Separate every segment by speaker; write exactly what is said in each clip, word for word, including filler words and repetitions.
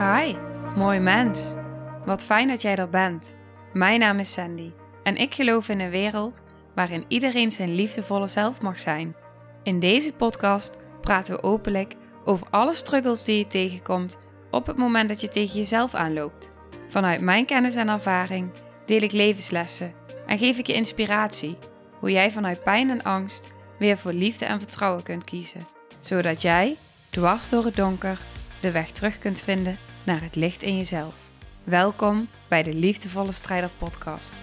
Speaker 1: Hi, mooi mens. Wat fijn dat jij er bent. Mijn naam is Sandy en ik geloof in een wereld waarin iedereen zijn liefdevolle zelf mag zijn. In deze podcast praten we openlijk over alle struggles die je tegenkomt op het moment dat je tegen jezelf aanloopt. Vanuit mijn kennis en ervaring deel ik levenslessen en geef ik je inspiratie hoe jij vanuit pijn en angst weer voor liefde en vertrouwen kunt kiezen, zodat jij, dwars door het donker, de weg terug kunt vinden naar het licht in jezelf. Welkom bij de Liefdevolle Strijder podcast.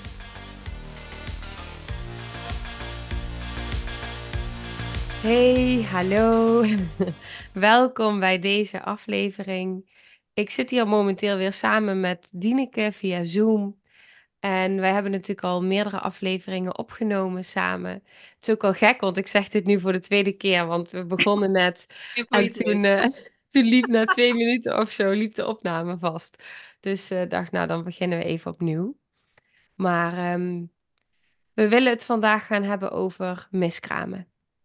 Speaker 1: Hey, hallo. Welkom bij deze aflevering. Ik zit hier momenteel weer samen met Dieneke via Zoom. En wij hebben natuurlijk al meerdere afleveringen opgenomen samen. Het is ook al gek, want ik zeg dit nu voor de tweede keer, want we begonnen net. En toen, uh, toen liep na twee minuten of zo liep de opname vast. Dus ik uh, dacht, nou dan beginnen we even opnieuw. Maar um, we willen het vandaag gaan hebben over miskramen.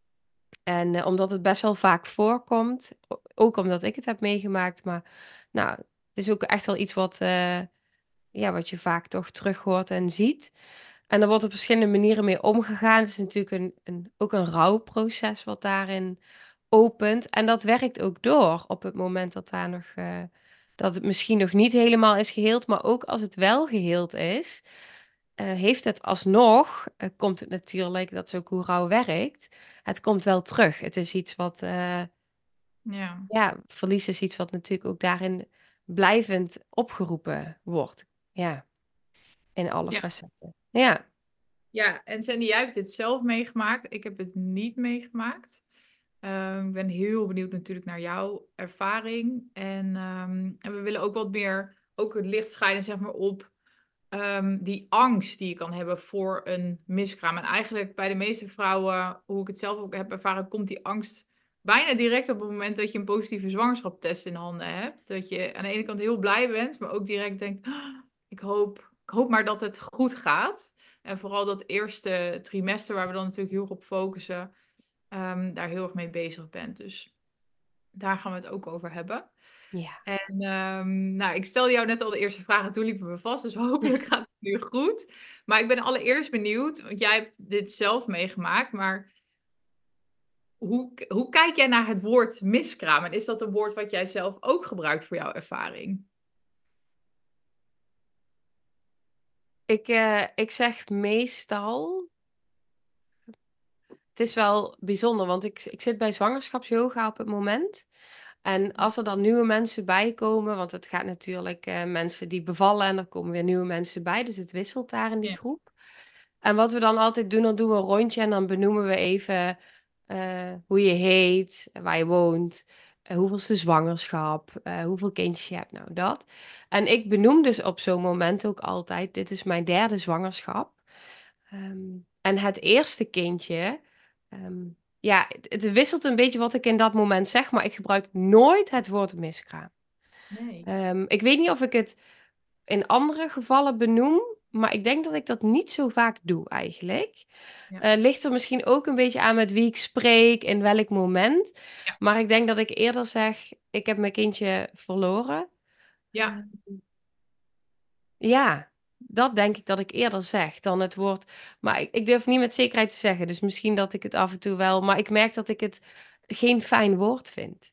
Speaker 1: En uh, omdat het best wel vaak voorkomt, ook omdat ik het heb meegemaakt, maar nou, het is ook echt wel iets wat... Uh, Ja, wat je vaak toch terug hoort en ziet. En er wordt op verschillende manieren mee omgegaan. Het is natuurlijk een, een, ook een rouwproces wat daarin opent. En dat werkt ook door op het moment dat, daar nog, uh, dat het misschien nog niet helemaal is geheeld. Maar ook als het wel geheeld is, uh, heeft het alsnog, uh, komt het natuurlijk, dat is ook hoe rouw werkt, het komt wel terug. Het is iets wat, uh,
Speaker 2: ja.
Speaker 1: ja, verlies is iets wat natuurlijk ook daarin blijvend opgeroepen wordt. Ja. In alle
Speaker 2: Ja.
Speaker 1: facetten. Ja.
Speaker 2: Ja, en Sandy, jij hebt dit zelf meegemaakt. Ik heb het niet meegemaakt. Um, ik ben heel benieuwd natuurlijk naar jouw ervaring. En, um, en we willen ook wat meer ook het licht schijnen zeg maar, op um, die angst die je kan hebben voor een miskraam. En eigenlijk bij de meeste vrouwen, hoe ik het zelf ook heb ervaren, komt die angst bijna direct op het moment dat je een positieve zwangerschapstest in handen hebt. Dat je aan de ene kant heel blij bent, maar ook direct denkt, oh, ik hoop, ik hoop maar dat het goed gaat. En vooral dat eerste trimester, waar we dan natuurlijk heel erg op focussen, um, daar heel erg mee bezig bent. Dus daar gaan we het ook over hebben.
Speaker 1: Ja.
Speaker 2: En um, nou, ik stelde jou net al de eerste vragen, toen liepen we vast, dus hopelijk gaat het nu goed. Maar ik ben allereerst benieuwd, want jij hebt dit zelf meegemaakt, maar hoe, hoe kijk jij naar het woord miskraam? En is dat een woord wat jij zelf ook gebruikt voor jouw ervaring?
Speaker 1: Ik, uh, ik zeg meestal... Het is wel bijzonder, want ik, ik zit bij zwangerschapsyoga op het moment. En als er dan nieuwe mensen bij komen, want het gaat natuurlijk uh, mensen die bevallen en er komen weer nieuwe mensen bij. Dus het wisselt daar in die
Speaker 2: Ja.
Speaker 1: groep. En wat we dan altijd doen, dan doen we een rondje en dan benoemen we even uh, hoe je heet, waar je woont, uh, hoeveelste zwangerschap, uh, hoeveel kindjes je hebt, nou dat. En ik benoem dus op zo'n moment ook altijd, dit is mijn derde zwangerschap. Um, en het eerste kindje, um, ja, het, het wisselt een beetje wat ik in dat moment zeg, maar ik gebruik nooit het woord miskraam.
Speaker 2: Nee.
Speaker 1: Um, ik weet niet of ik het in andere gevallen benoem, maar ik denk dat ik dat niet zo vaak doe eigenlijk.
Speaker 2: Ja.
Speaker 1: Uh, ligt er misschien ook een beetje aan met wie ik spreek, in welk moment.
Speaker 2: Ja.
Speaker 1: Maar ik denk dat ik eerder zeg, ik heb mijn kindje verloren.
Speaker 2: Ja.
Speaker 1: Uh, ja, dat denk ik dat ik eerder zeg dan het woord. Maar ik, ik durf niet met zekerheid te zeggen, dus misschien dat ik het af en toe wel. Maar ik merk dat ik het geen fijn woord vind.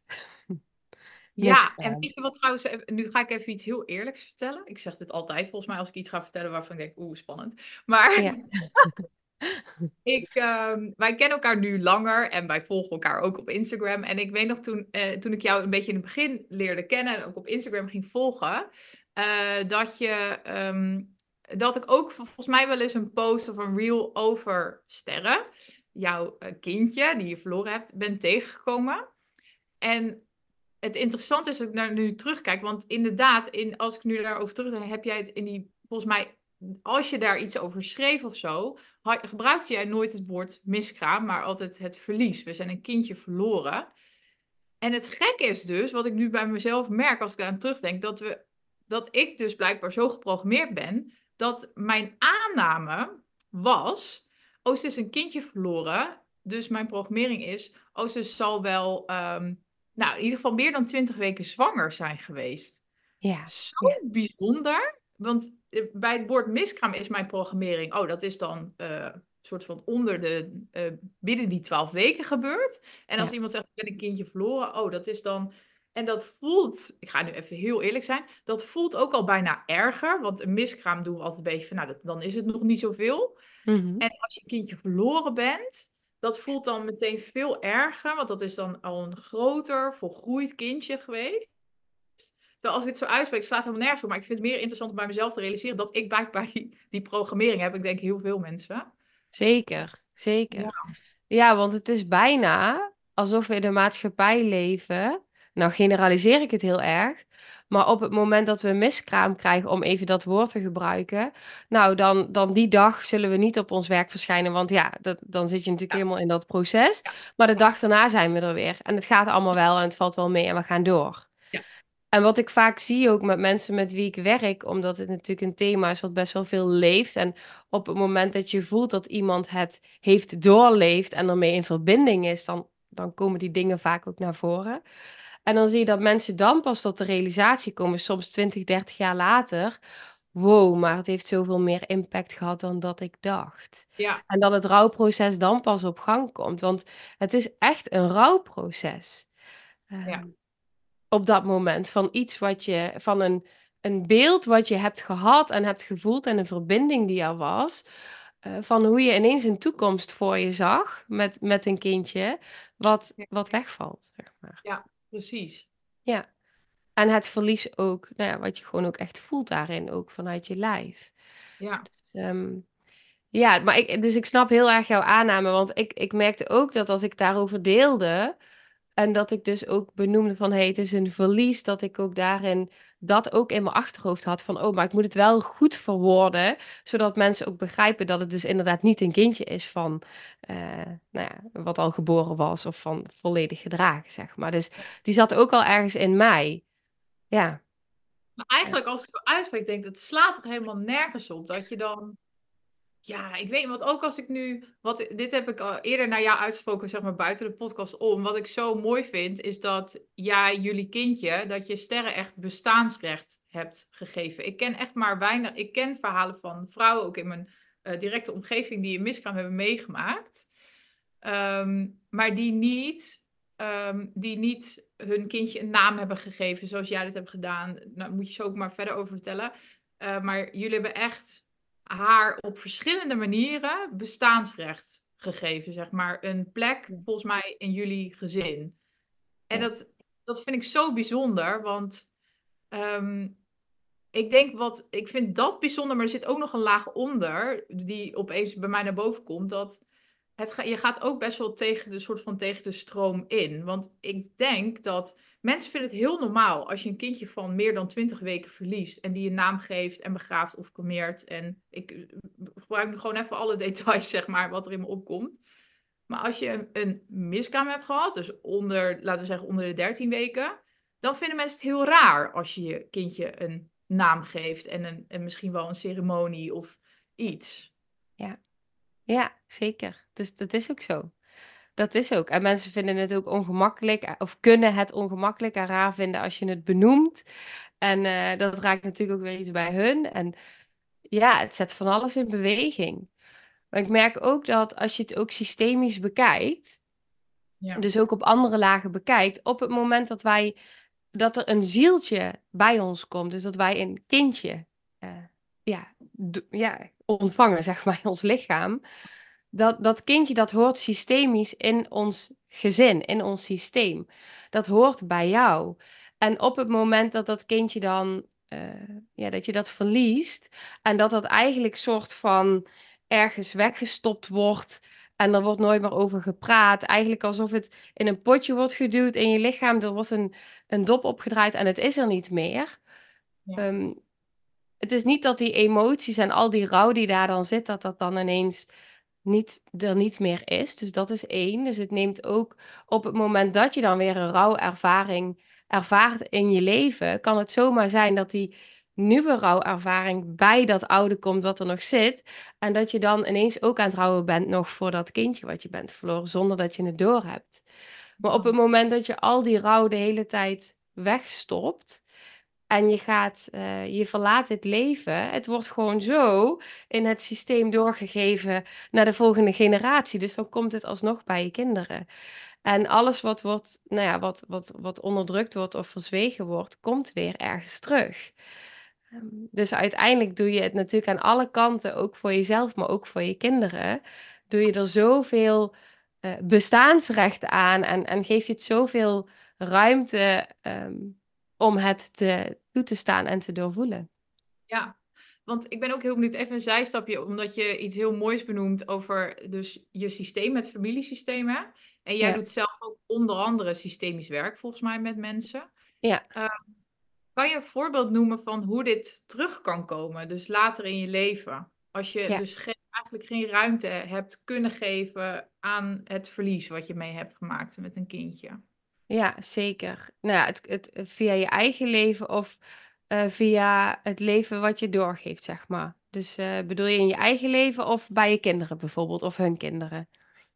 Speaker 2: Ja, en
Speaker 1: Miskraam.
Speaker 2: weet je wat trouwens, even- nu ga ik even iets heel eerlijks vertellen. Ik zeg dit altijd volgens mij als ik iets ga vertellen waarvan ik denk, oeh, spannend. Maar
Speaker 1: Ja.
Speaker 2: ik, ehm, wij kennen elkaar nu langer en wij volgen elkaar ook op Instagram. En ik weet nog toen, eh, toen ik jou een beetje in het begin leerde kennen en ook op Instagram ging volgen, eh, dat je, ehm, dat ik ook vol- volgens mij wel eens een post of een reel over Sterren, jouw eh, kindje die je verloren hebt, ben tegengekomen. En het interessante is dat ik naar nu terugkijk, want inderdaad, in, als ik nu daarover terugdenk, heb jij het in die, volgens mij, als je daar iets over schreef of zo, ha- gebruikte jij nooit het woord miskraam, maar altijd het verlies. We zijn een kindje verloren. En het gekke is dus, wat ik nu bij mezelf merk als ik aan terugdenk, dat, we, dat ik dus blijkbaar zo geprogrammeerd ben, dat mijn aanname was, oh, ze is een kindje verloren, dus mijn programmering is, oh, ze zal wel, um, nou, in ieder geval meer dan twintig weken zwanger zijn geweest.
Speaker 1: Ja,
Speaker 2: Zo
Speaker 1: ja,
Speaker 2: bijzonder. Want eh, bij het woord miskraam is mijn programmering. Oh, dat is dan eh, een soort van onder de, eh, binnen die twaalf weken gebeurd. En als
Speaker 1: ja.
Speaker 2: iemand zegt, ik ben een kindje verloren. Oh, dat is dan. En dat voelt, ik ga nu even heel eerlijk zijn. Dat voelt ook al bijna erger. Want een miskraam doen we altijd een beetje van, nou, dat, dan is het nog niet zoveel.
Speaker 1: Mhm.
Speaker 2: En als je een kindje verloren bent, dat voelt dan meteen veel erger. Want dat is dan al een groter, volgroeid kindje geweest. Terwijl als ik het zo uitspreek, slaat het helemaal nergens op. Maar ik vind het meer interessant om bij mezelf te realiseren dat ik blijkbaar die, die programmering heb. Ik denk heel veel mensen.
Speaker 1: Zeker,
Speaker 2: Ja,
Speaker 1: zeker. Ja, want het is bijna alsof we in de maatschappij leven. Nou, generaliseer ik het heel erg. Maar op het moment dat we een miskraam krijgen, om even dat woord te gebruiken. Nou, dan, dan die dag zullen we niet op ons werk verschijnen. Want ja, dat, dan zit je natuurlijk
Speaker 2: ja,
Speaker 1: helemaal in dat proces.
Speaker 2: ja,
Speaker 1: Maar de
Speaker 2: ja,
Speaker 1: dag daarna zijn we er weer. En het gaat allemaal wel en het valt wel mee en we gaan door.
Speaker 2: ja,
Speaker 1: En wat ik vaak zie ook met mensen met wie ik werk, omdat het natuurlijk een thema is wat best wel veel leeft. En op het moment dat je voelt dat iemand het heeft doorleefd en ermee in verbinding is, dan, dan komen die dingen vaak ook naar voren. En dan zie je dat mensen dan pas tot de realisatie komen, soms twintig, dertig jaar later. Wow, maar het heeft zoveel meer impact gehad dan dat ik dacht.
Speaker 2: ja,
Speaker 1: En dat het rouwproces dan pas op gang komt. Want het is echt een rouwproces. Ehm,
Speaker 2: ja,
Speaker 1: op dat moment van iets wat je, van een, een beeld wat je hebt gehad en hebt gevoeld en een verbinding die er was, eh, van hoe je ineens een toekomst voor je zag met, met een kindje, wat,
Speaker 2: ja,
Speaker 1: wat wegvalt, zeg maar.
Speaker 2: ja, precies.
Speaker 1: Ja, en het verlies ook, nou ja, wat je gewoon ook echt voelt daarin, ook vanuit je lijf.
Speaker 2: Ja,
Speaker 1: Dus, ehm, ja, maar ik, dus ik snap heel erg jouw aanname, want ik, ik merkte ook dat als ik daarover deelde, en dat ik dus ook benoemde van, hey, het is een verlies, dat ik ook daarin dat ook in mijn achterhoofd had van, oh, maar ik moet het wel goed verwoorden, zodat mensen ook begrijpen dat het dus inderdaad niet een kindje is van, eh, nou ja, wat al geboren was of van volledig gedragen, zeg maar. Dus die zat ook al ergens in mij. Ja,
Speaker 2: maar
Speaker 1: ja,
Speaker 2: eigenlijk als ik het zo uitspreek, denk ik, dat slaat er helemaal nergens op. Dat je dan. Ja, ik weet niet, want ook als ik nu, wat, dit heb ik al eerder naar jou uitgesproken, zeg maar buiten de podcast om. Wat ik zo mooi vind, is dat jij, jullie kindje, dat je sterren echt bestaansrecht hebt gegeven. Ik ken echt maar weinig, ik ken verhalen van vrouwen, ook in mijn eh, directe omgeving, die een miskraam hebben meegemaakt. Ehm, maar die niet, ehm, die niet hun kindje een naam hebben gegeven, zoals jij dat hebt gedaan. Nou, moet je zo ook maar verder over vertellen. Eh, maar jullie hebben echt haar op verschillende manieren bestaansrecht gegeven, zeg maar. Een plek, volgens mij, in jullie gezin. En
Speaker 1: ja,
Speaker 2: dat, dat vind ik zo bijzonder, want ehm, ik denk wat, ik vind dat bijzonder, maar er zit ook nog een laag onder, die opeens bij mij naar boven komt, dat het, ga- je gaat ook best wel tegen de soort van tegen de stroom in. Want ik denk dat mensen vinden het heel normaal als je een kindje van meer dan twintig weken verliest en die een naam geeft en begraaft of cremeert. En ik eh, gebruik nu gewoon even alle details, zeg maar, wat er in me opkomt. Maar als je een, een miskraam hebt gehad, dus onder, laten we zeggen, onder de dertien weken, dan vinden mensen het heel raar als je je kindje een naam geeft en, een, en misschien wel een ceremonie of iets.
Speaker 1: ja, ja, zeker. Dus dat is ook zo. Dat is ook. En mensen vinden het ook ongemakkelijk, eh, of kunnen het ongemakkelijk en raar vinden als je het benoemt. En eh, dat raakt natuurlijk ook weer iets bij hun. En ja, het zet van alles in beweging. Maar ik merk ook dat als je het ook systemisch bekijkt,
Speaker 2: Ja,
Speaker 1: dus ook op andere lagen bekijkt, op het moment dat wij, dat er een zieltje bij ons komt, dus dat wij een kindje, eh, ja, d- ja, ontvangen, zeg maar, in ons lichaam, dat, dat kindje dat hoort systemisch in ons gezin, in ons systeem. Dat hoort bij jou. En op het moment dat dat kindje dan, eh, ja, dat je dat verliest en dat dat eigenlijk soort van ergens weggestopt wordt en er wordt nooit meer over gepraat, eigenlijk alsof het in een potje wordt geduwd in je lichaam, er wordt een, een dop opgedraaid en het is er niet meer.
Speaker 2: ja,
Speaker 1: Ehm, het is niet dat die emoties en al die rouw die daar dan zit, dat dat dan ineens niet, er niet meer is. Dus dat is één. Dus het neemt ook op het moment dat je dan weer een rouwervaring ervaart in je leven, kan het zomaar zijn dat die nieuwe rouwervaring bij dat oude komt wat er nog zit. En dat je dan ineens ook aan het rouwen bent nog voor dat kindje wat je bent verloren, zonder dat je het doorhebt. Maar op het moment dat je al die rouw de hele tijd wegstopt en je gaat, eh, je verlaat het leven. Het wordt gewoon zo in het systeem doorgegeven naar de volgende generatie. Dus dan komt het alsnog bij je kinderen. En alles wat wordt, nou ja, wat, wat, wat onderdrukt wordt of verzwegen wordt, komt weer ergens terug. Ehm, dus uiteindelijk doe je het natuurlijk aan alle kanten, ook voor jezelf, maar ook voor je kinderen. Doe je er zoveel eh, bestaansrecht aan en, en geef je het zoveel ruimte ehm, om het te, toe te staan en te doorvoelen.
Speaker 2: Ja, want ik ben ook heel benieuwd, even een zijstapje, omdat je iets heel moois benoemt over dus je systeem, het familiesysteem. En jij
Speaker 1: Ja,
Speaker 2: doet zelf ook onder andere systemisch werk, volgens mij, met mensen.
Speaker 1: ja,
Speaker 2: Uh, kan je een voorbeeld noemen van hoe dit terug kan komen, dus later in je leven? Als je
Speaker 1: ja.
Speaker 2: dus geen, eigenlijk geen ruimte hebt kunnen geven aan het verlies wat je mee hebt gemaakt met een kindje.
Speaker 1: Ja, zeker. Nou ja, het, het, via je eigen leven of eh, via het leven wat je doorgeeft, zeg maar. Dus eh, bedoel je in je eigen leven of bij je kinderen bijvoorbeeld, of hun kinderen?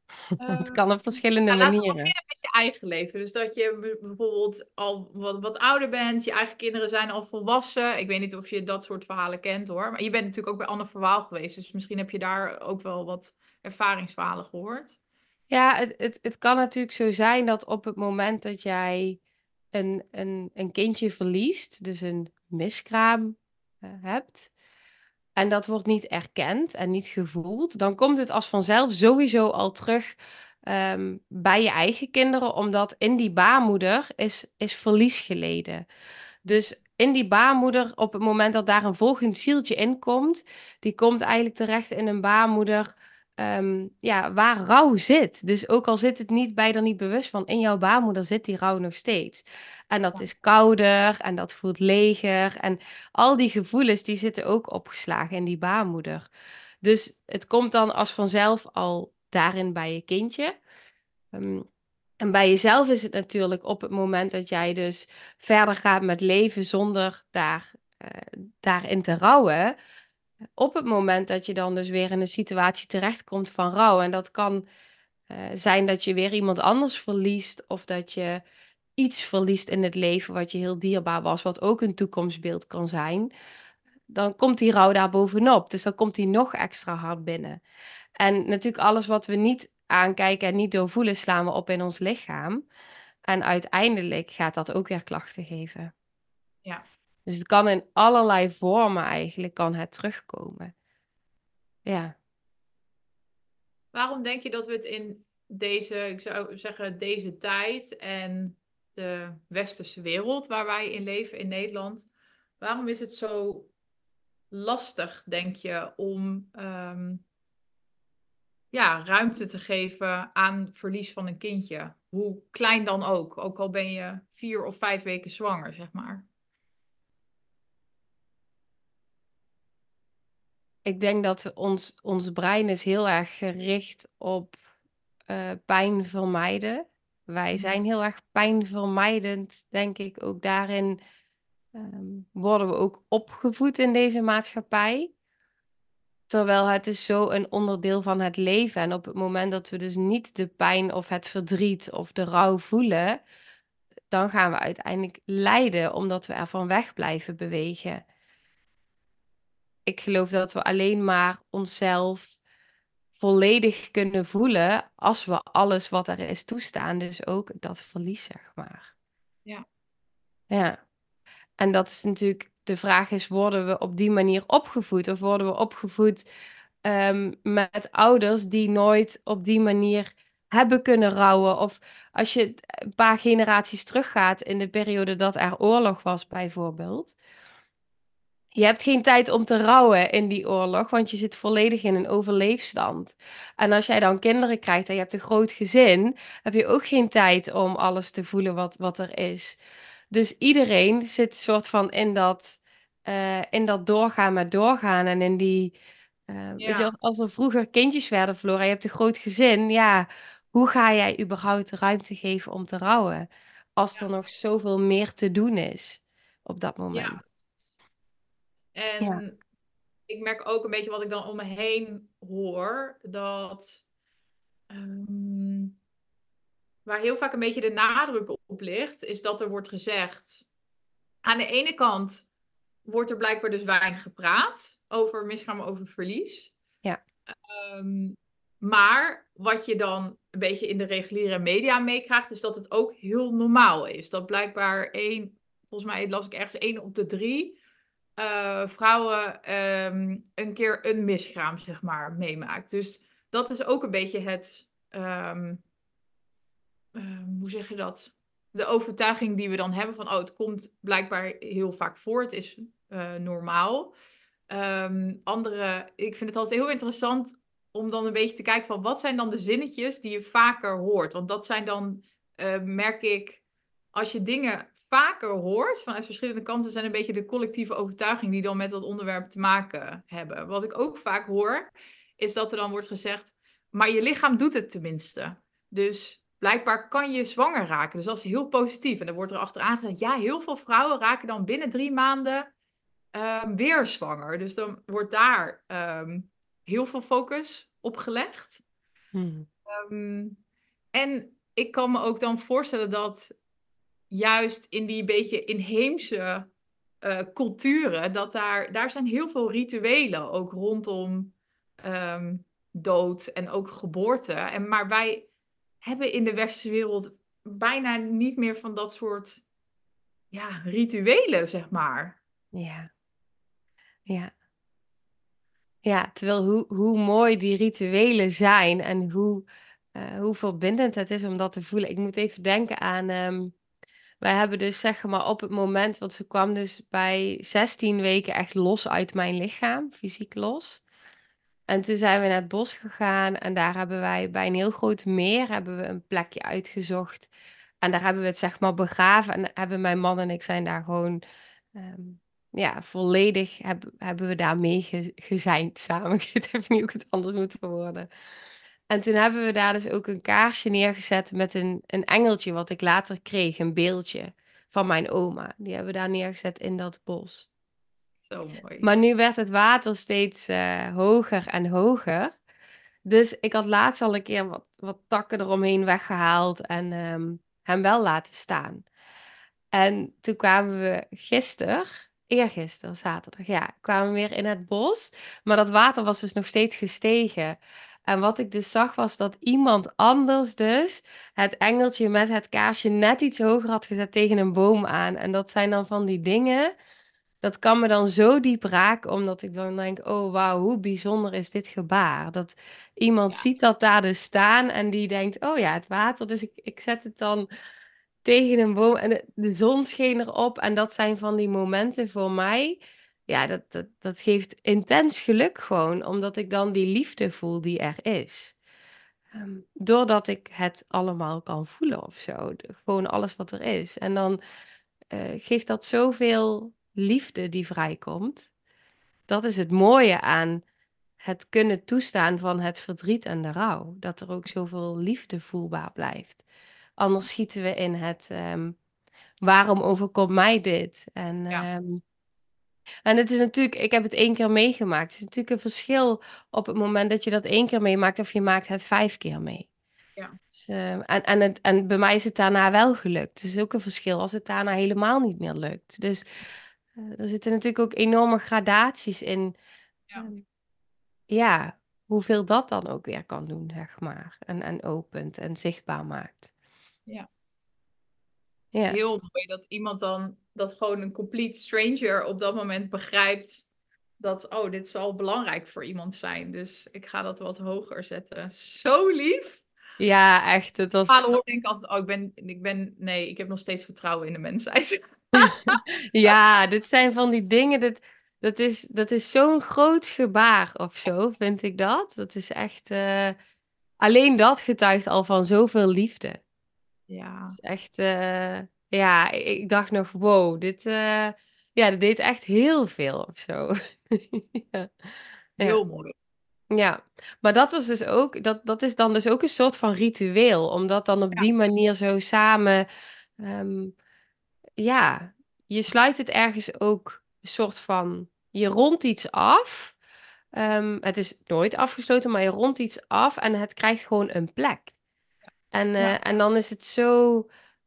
Speaker 1: Het
Speaker 2: Uh,
Speaker 1: kan op verschillende
Speaker 2: Nou, laten we
Speaker 1: manieren.
Speaker 2: beginnen met je eigen leven. Dus dat je b- bijvoorbeeld al wat, wat ouder bent, je eigen kinderen zijn al volwassen. Ik weet niet of je dat soort verhalen kent hoor. Maar je bent natuurlijk ook bij Anne Verwaal geweest. Dus misschien heb je daar ook wel wat ervaringsverhalen gehoord.
Speaker 1: Ja, het, het, het kan natuurlijk zo zijn dat op het moment dat jij een, een, een kindje verliest, dus een miskraam eh, hebt, en dat wordt niet erkend en niet gevoeld, dan komt het als vanzelf sowieso al terug ehm, bij je eigen kinderen, omdat in die baarmoeder is, is verlies geleden. Dus in die baarmoeder, op het moment dat daar een volgend zieltje in komt, die komt eigenlijk terecht in een baarmoeder, ehm, ja, waar rouw zit. Dus ook al zit het niet bij er niet bewust van, in jouw baarmoeder zit die rouw nog steeds. En dat
Speaker 2: Ja,
Speaker 1: is kouder en dat voelt leger. En al die gevoelens die zitten ook opgeslagen in die baarmoeder. Dus het komt dan als vanzelf al daarin bij je kindje. Ehm, en bij jezelf is het natuurlijk op het moment dat jij dus verder gaat met leven zonder daar, eh, daarin te rouwen. Op het moment dat je dan dus weer in een situatie terechtkomt van rouw. En dat kan eh, zijn dat je weer iemand anders verliest. Of dat je iets verliest in het leven wat je heel dierbaar was. Wat ook een toekomstbeeld kan zijn. Dan komt die rouw daar bovenop. Dus dan komt die nog extra hard binnen. En natuurlijk alles wat we niet aankijken en niet doorvoelen, slaan we op in ons lichaam. En uiteindelijk gaat dat ook weer klachten geven.
Speaker 2: ja.
Speaker 1: Dus het kan in allerlei vormen eigenlijk kan het terugkomen. Ja,
Speaker 2: Waarom denk je dat we het in deze, ik zou zeggen, deze tijd en de westerse wereld waar wij in leven in Nederland, waarom is het zo lastig, denk je, om ehm, ja, ruimte te geven aan verlies van een kindje? Hoe klein dan ook, ook al ben je vier of vijf weken zwanger, zeg maar.
Speaker 1: ik denk dat ons, ons brein is heel erg gericht op eh, pijn vermijden. Wij
Speaker 2: Mhm.
Speaker 1: zijn heel erg pijnvermijdend, denk ik. Ook daarin ehm, worden we ook opgevoed in deze maatschappij. Terwijl het is zo een onderdeel van het leven. En op het moment dat we dus niet de pijn of het verdriet of de rouw voelen, dan gaan we uiteindelijk lijden omdat we ervan weg blijven bewegen. Ik geloof dat we alleen maar onszelf volledig kunnen voelen als we alles wat er is toestaan. Dus ook dat verlies, zeg maar.
Speaker 2: Ja,
Speaker 1: Ja. En dat is natuurlijk, de vraag is, worden we op die manier opgevoed? Of worden we opgevoed ehm, met ouders die nooit op die manier hebben kunnen rouwen? Of als je een paar generaties teruggaat in de periode dat er oorlog was, bijvoorbeeld. Je hebt geen tijd om te rouwen in die oorlog, want je zit volledig in een overleefstand. En als jij dan kinderen krijgt en je hebt een groot gezin, heb je ook geen tijd om alles te voelen wat, wat er is. Dus iedereen zit soort van in dat, eh, in dat doorgaan met doorgaan. En in die, eh, weet je,
Speaker 2: ja,
Speaker 1: als, als er vroeger kindjes werden verloren en je hebt een groot gezin, ja, hoe ga jij überhaupt de ruimte geven om te rouwen? Als er
Speaker 2: ja,
Speaker 1: nog zoveel meer te doen is op dat
Speaker 2: ja.
Speaker 1: moment. Ja.
Speaker 2: En ik merk ook een beetje wat ik dan om me heen hoor, dat ehm, waar heel vaak een beetje de nadruk op ligt, is dat er wordt gezegd. aan de ene kant wordt er blijkbaar dus weinig gepraat over miskraam, over verlies.
Speaker 1: Ja.
Speaker 2: Um, maar wat je dan een beetje in de reguliere media meekrijgt, is dat het ook heel normaal is. Dat blijkbaar één, volgens mij las ik ergens één op de drie uh, vrouwen um, een keer een miskraam, zeg maar, meemaakt. Dus dat is ook een beetje het, um, um, hoe zeg je dat? De overtuiging die we dan hebben van, oh, het komt blijkbaar heel vaak voor. Het is uh, normaal. Um, andere, ik vind het altijd heel interessant om dan een beetje te kijken van wat zijn dan de zinnetjes die je vaker hoort. Want dat zijn dan, uh, merk ik, als je dingen vaker hoort vanuit verschillende kanten, zijn een beetje de collectieve overtuiging die dan met dat onderwerp te maken hebben. Wat ik ook vaak hoor, is dat er dan wordt gezegd, maar je lichaam doet het tenminste. Dus blijkbaar kan je zwanger raken. Dus dat is heel positief. En dan wordt er achteraan gezegd, ja, heel veel vrouwen raken dan binnen drie maanden Um, weer zwanger. Dus dan wordt daar um, heel veel focus op gelegd.
Speaker 1: Hmm.
Speaker 2: Um, en ik kan me ook dan voorstellen dat juist in die beetje inheemse uh, culturen, dat daar, daar zijn heel veel rituelen ook rondom um, dood en ook geboorte. En, maar wij hebben in de westerse wereld bijna niet meer van dat soort ja, rituelen, zeg maar.
Speaker 1: Ja. Ja. Ja, terwijl hoe, hoe mooi die rituelen zijn en hoe, uh, hoe verbindend het is om dat te voelen. Ik moet even denken aan, um, wij hebben dus zeg maar op het moment, want ze kwam dus bij zestien weken echt los uit mijn lichaam, fysiek los. En toen zijn we naar het bos gegaan en daar hebben wij bij een heel groot meer hebben we een plekje uitgezocht. En daar hebben we het zeg maar begraven en hebben mijn man en ik zijn daar gewoon... Um, ja, volledig heb, hebben we daar mee ge, gezeind samen. Ik weet even niet hoe ik het anders moet verwoorden. En toen hebben we daar dus ook een kaarsje neergezet met een, een engeltje wat ik later kreeg, een beeldje van mijn oma. Die hebben we daar neergezet in dat bos.
Speaker 2: Zo mooi.
Speaker 1: Maar nu werd het water steeds uh, hoger en hoger. Dus ik had laatst al een keer wat, wat takken eromheen weggehaald en um, hem wel laten staan. En toen kwamen we gisteren, eergisteren, zaterdag, ja, kwamen we weer in het bos. Maar dat water was dus nog steeds gestegen. En wat ik dus zag was dat iemand anders dus het engeltje met het kaarsje net iets hoger had gezet tegen een boom aan. En dat zijn dan van die dingen, dat kan me dan zo diep raken, omdat ik dan denk, oh wauw, hoe bijzonder is dit gebaar. Dat iemand
Speaker 2: Ja,
Speaker 1: ziet dat daar dus staan en die denkt, oh ja, het water, dus ik, ik zet het dan tegen een boom en de, de zon scheen erop. En dat zijn van die momenten voor mij. Ja, dat, dat, dat geeft intens geluk gewoon, omdat ik dan die liefde voel die er is. Um, doordat ik het allemaal kan voelen of zo. De, gewoon alles wat er is. En dan uh, geeft dat zoveel liefde die vrijkomt. Dat is het mooie aan het kunnen toestaan van het verdriet en de rouw. Dat er ook zoveel liefde voelbaar blijft. Anders schieten we in het um, waarom overkomt mij dit? En,
Speaker 2: ja,
Speaker 1: um, en het is natuurlijk, ik heb het één keer meegemaakt. Het is natuurlijk een verschil op het moment dat je dat één keer meemaakt of je maakt het vijf keer mee.
Speaker 2: ja.
Speaker 1: Dus, uh, en, en, het, en bij mij is het daarna wel gelukt. Het is ook een verschil als het daarna helemaal niet meer lukt. Dus uh, er zitten natuurlijk ook enorme gradaties in.
Speaker 2: Ja.
Speaker 1: Um, ja, hoeveel dat dan ook weer kan doen, zeg maar. En, en opent en zichtbaar maakt.
Speaker 2: Ja.
Speaker 1: Ja.
Speaker 2: Heel mooi dat iemand dan, dat gewoon een complete stranger op dat moment begrijpt dat, oh, dit zal belangrijk voor iemand zijn. Dus ik ga dat wat hoger zetten. Zo lief.
Speaker 1: Ja, echt. Het was.
Speaker 2: Verhalen hoor denk ik altijd, oh, ik ben, ik ben, nee, ik heb nog steeds vertrouwen in de mensheid.
Speaker 1: Ja, dit zijn van die dingen. Dat, dat is, dat is zo'n groot gebaar of zo, vind ik dat. Dat is echt. Uh, alleen dat getuigt al van zoveel liefde. Het
Speaker 2: Ja,
Speaker 1: is echt. Uh, ja, ik, ik dacht nog, wow, dit. Uh, ja, dat deed echt heel veel of zo. Ja. Ja.
Speaker 2: heel mooi.
Speaker 1: Ja, maar dat was dus ook, dat, dat is dan dus ook een soort van ritueel, omdat dan op
Speaker 2: Ja,
Speaker 1: die manier zo samen, um, ja, je sluit het ergens ook een soort van, je rondt iets af. Um, het is nooit afgesloten, maar je rondt iets af en het krijgt gewoon een plek. En,
Speaker 2: ja,
Speaker 1: uh, en dan is het zo.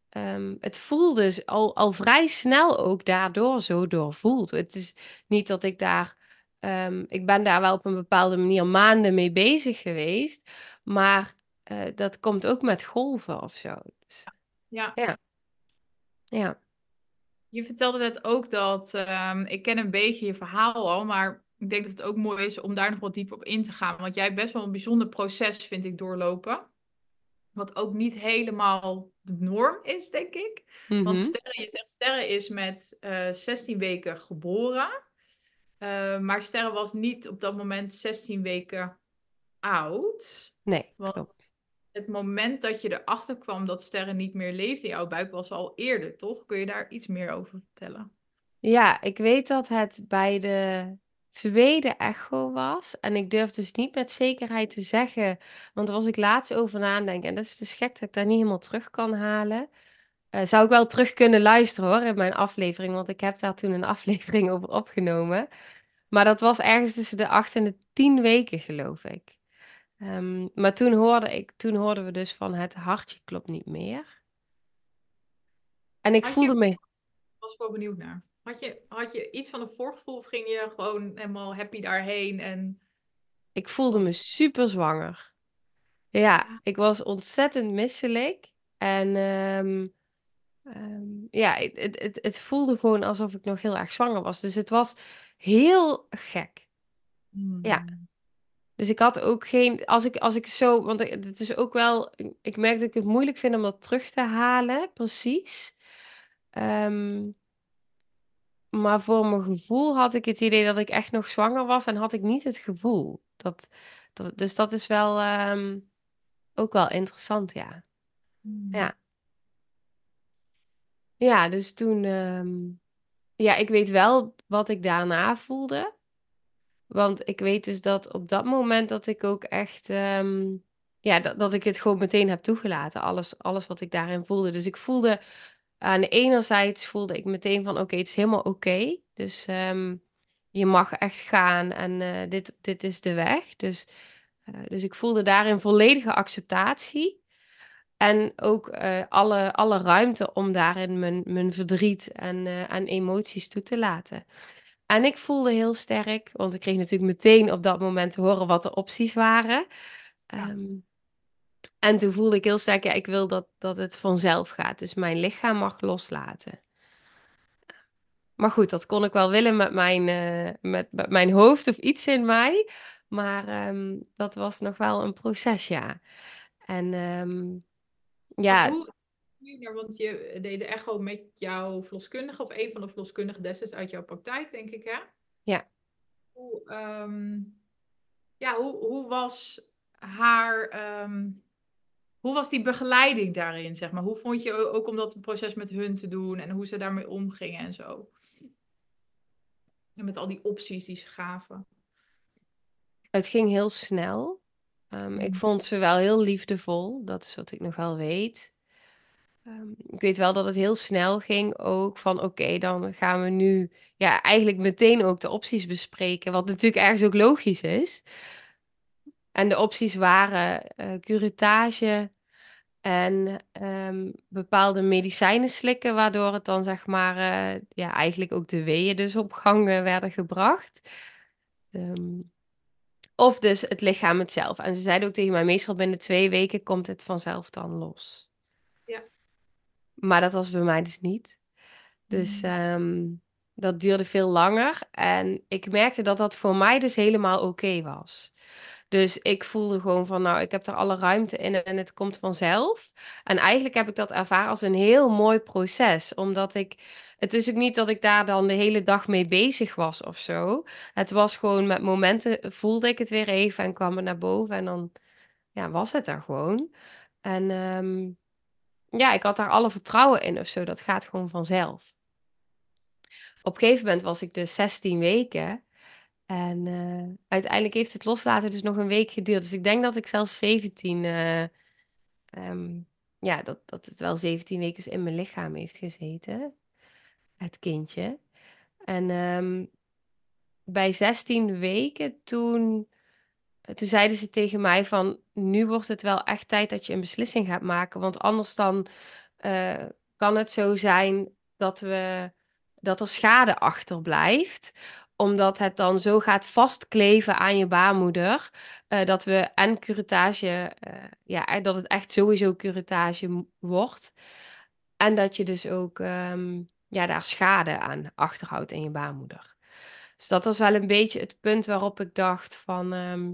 Speaker 1: ehm, het voelde dus al, al vrij snel ook daardoor zo doorvoeld. Het is niet dat ik daar, ehm, ik ben daar wel op een bepaalde manier maanden mee bezig geweest, maar eh, dat komt ook met golven of zo. Dus,
Speaker 2: Ja.
Speaker 1: ja, ja.
Speaker 2: Je vertelde net ook dat, ehm, ik ken een beetje je verhaal al, maar ik denk dat het ook mooi is om daar nog wat dieper op in te gaan. Want jij hebt best wel een bijzonder proces, vind ik, doorlopen. Wat ook niet helemaal de norm is, denk ik. Want
Speaker 1: Mhm.
Speaker 2: Sterre, je zegt Sterre is met eh zestien weken geboren. Eh, maar Sterre was niet op dat moment zestien weken oud.
Speaker 1: Nee,
Speaker 2: Want
Speaker 1: klopt.
Speaker 2: het moment dat je erachter kwam dat Sterre niet meer leefde in jouw buik was al eerder, toch? Kun je daar iets meer over vertellen?
Speaker 1: Ja, ik weet dat het bij de tweede echo was. En ik durf dus niet met zekerheid te zeggen, want daar was ik laatst over nadenken. En dat is dus gek dat ik daar niet helemaal terug kan halen. Eh, zou ik wel terug kunnen luisteren hoor, in mijn aflevering, want ik heb daar toen een aflevering over opgenomen. Maar dat was ergens tussen de acht en de tien weken, geloof ik. Ehm, maar toen hoorde ik, toen hoorden we dus van het hartje klopt niet meer. En ik
Speaker 2: Had je,
Speaker 1: voelde me,
Speaker 2: was ik wel benieuwd naar. Had je, had je iets van een voorgevoel of ging je gewoon helemaal happy daarheen en
Speaker 1: ik voelde
Speaker 2: was
Speaker 1: me super zwanger. Ja,
Speaker 2: ja.
Speaker 1: ik was ontzettend misselijk. En ehm, ehm, ja, het, het, het het voelde gewoon alsof ik nog heel erg zwanger was. Dus het was heel gek. Ja,
Speaker 2: Hmm.
Speaker 1: dus ik had ook geen, als ik, als ik zo, want ik- het is ook wel, ik merk dat ik het moeilijk vind om dat terug te halen, precies. Ehm, maar voor mijn gevoel had ik het idee dat ik echt nog zwanger was en had ik niet het gevoel. Dat, dat, dus dat is wel ehm, ook wel interessant, ja.
Speaker 2: Hmm.
Speaker 1: Ja. Ja, dus toen, ehm, ja, ik weet wel wat ik daarna voelde. Want ik weet dus dat op dat moment dat ik ook echt, ehm, ja, dat, dat ik het gewoon meteen heb toegelaten. Alles, alles wat ik daarin voelde. Dus ik voelde, aan de enerzijds voelde ik meteen van, oké, het is helemaal oké. Dus ehm, je mag echt gaan en eh, dit, dit is de weg. Dus, eh, dus ik voelde daarin volledige acceptatie. En ook eh, alle, alle ruimte om daarin mijn, mijn verdriet en, eh, en emoties toe te laten. En ik voelde heel sterk, want ik kreeg natuurlijk meteen op dat moment te horen wat de opties waren.
Speaker 2: Ja.
Speaker 1: Ehm, en toen voelde ik heel sterk, ja, ik wil dat, dat het vanzelf gaat. Dus mijn lichaam mag loslaten. Maar goed, dat kon ik wel willen met mijn, eh, met, met mijn hoofd of iets in mij. Maar ehm, dat was nog wel een proces, ja. En ehm,
Speaker 2: Want
Speaker 1: ja,
Speaker 2: hoe, want je deed de echo met jouw verloskundige of een van de verloskundigen destijds uit jouw praktijk, denk ik, hè?
Speaker 1: ja.
Speaker 2: Hoe, ehm, ja, hoe, hoe was haar, ehm, hoe was die begeleiding daarin, zeg maar? Hoe vond je o- ook om dat proces met hun te doen en hoe ze daarmee omgingen en zo? En met al die opties die ze gaven.
Speaker 1: Het ging heel snel. Ehm, ik
Speaker 2: Mm.
Speaker 1: vond ze wel heel liefdevol. Dat is wat ik nog wel weet. Ehm, ik weet wel dat het heel snel ging ook van oké, dan gaan we nu ja, eigenlijk meteen ook de opties bespreken. Wat natuurlijk ergens ook logisch is. En de opties waren eh curettage en ehm, bepaalde medicijnen slikken, waardoor het dan zeg maar eh, ja, eigenlijk ook de weeën dus op gang eh, werden gebracht. Ehm, Of dus het lichaam het zelf. En ze zeiden ook tegen mij, meestal binnen twee weken komt het vanzelf dan los.
Speaker 2: Ja.
Speaker 1: Maar dat was bij mij dus niet. Dus
Speaker 2: Mm.
Speaker 1: ehm, dat duurde veel langer. En ik merkte dat dat voor mij dus helemaal oké was. Dus ik voelde gewoon van, nou, ik heb er alle ruimte in en het komt vanzelf. En eigenlijk heb ik dat ervaren als een heel mooi proces. Omdat ik, het is ook niet dat ik daar dan de hele dag mee bezig was of zo. Het was gewoon met momenten voelde ik het weer even en kwam het naar boven. En dan, ja, was het er gewoon. En ehm, ja, ik had daar alle vertrouwen in of zo. Dat gaat gewoon vanzelf. Op een gegeven moment was ik dus zestien weken. En eh, uiteindelijk heeft het loslaten dus nog een week geduurd. Dus ik denk dat ik zelfs zeventien, eh, ehm, ja, dat, dat het wel zeventien weken in mijn lichaam heeft gezeten, het kindje. En ehm, bij zestien weken, toen, toen zeiden ze tegen mij van, nu wordt het wel echt tijd dat je een beslissing gaat maken. Want anders dan, eh, kan het zo zijn dat we, dat er schade achterblijft, omdat het dan zo gaat vastkleven aan je baarmoeder, eh, dat we en curettage, eh, ja, eh, dat het echt sowieso curettage m- wordt. En dat je dus ook ehm, ja, daar schade aan achterhoudt in je baarmoeder. Dus dat was wel een beetje het punt waarop ik dacht van, ehm,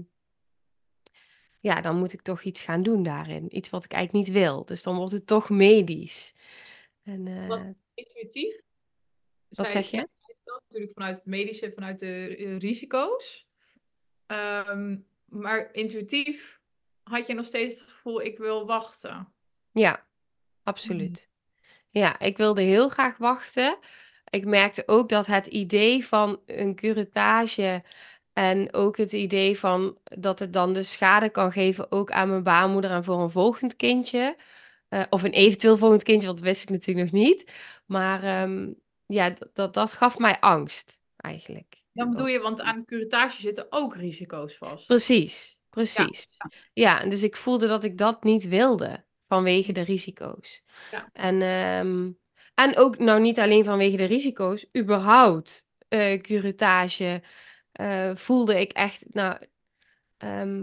Speaker 1: ja, dan moet ik toch iets gaan doen daarin. Iets wat ik eigenlijk niet wil. Dus dan wordt het toch medisch. En
Speaker 2: Wat
Speaker 1: eh,
Speaker 2: intuïtief,
Speaker 1: wat zeg
Speaker 2: zij, zij
Speaker 1: je?
Speaker 2: zegt dat natuurlijk vanuit het medische, vanuit de eh, risico's. Ehm, maar intuïtief had je nog steeds het gevoel, ik wil wachten.
Speaker 1: Ja,
Speaker 2: Hmm.
Speaker 1: absoluut. Ja, ik wilde heel graag wachten. Ik merkte ook dat het idee van een curettage en ook het idee van dat het dan de schade kan geven ook aan mijn baarmoeder en voor een volgend kindje. Eh, of een eventueel volgend kindje, want dat wist ik natuurlijk nog niet. Maar ehm, ja, dat, dat, dat gaf mij angst eigenlijk.
Speaker 2: Dan bedoel
Speaker 1: Dat-
Speaker 2: je, want aan curettage zitten ook risico's vast.
Speaker 1: Precies,
Speaker 2: Ja,
Speaker 1: precies. Ja, en dus ik voelde dat ik dat niet wilde vanwege
Speaker 2: ja,
Speaker 1: de risico's.
Speaker 2: ja.
Speaker 1: En, ehm, en ook nou niet alleen vanwege de risico's, überhaupt eh curettage eh, voelde ik echt, nou, ehm,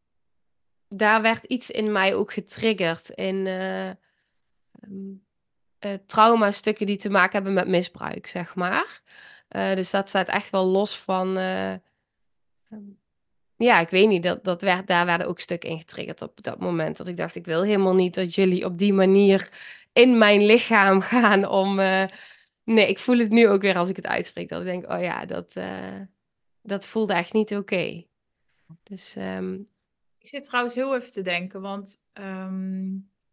Speaker 1: daar werd iets in mij ook getriggerd in eh ehm, eh, traumastukken die te maken hebben met misbruik, zeg maar. Eh, dus dat staat echt wel los van. eh, Ja, ik weet niet, dat, dat werd, daar werden ook stukken in getriggerd op dat moment. Dat ik dacht, ik wil helemaal niet dat jullie op die manier in mijn lichaam gaan om... eh, Nee, ik voel het nu ook weer als ik het uitspreek. Dat ik denk, oh ja, dat, eh, dat voelde echt niet oké. Dus ehm,
Speaker 2: Ik zit trouwens heel even te denken, want ehm,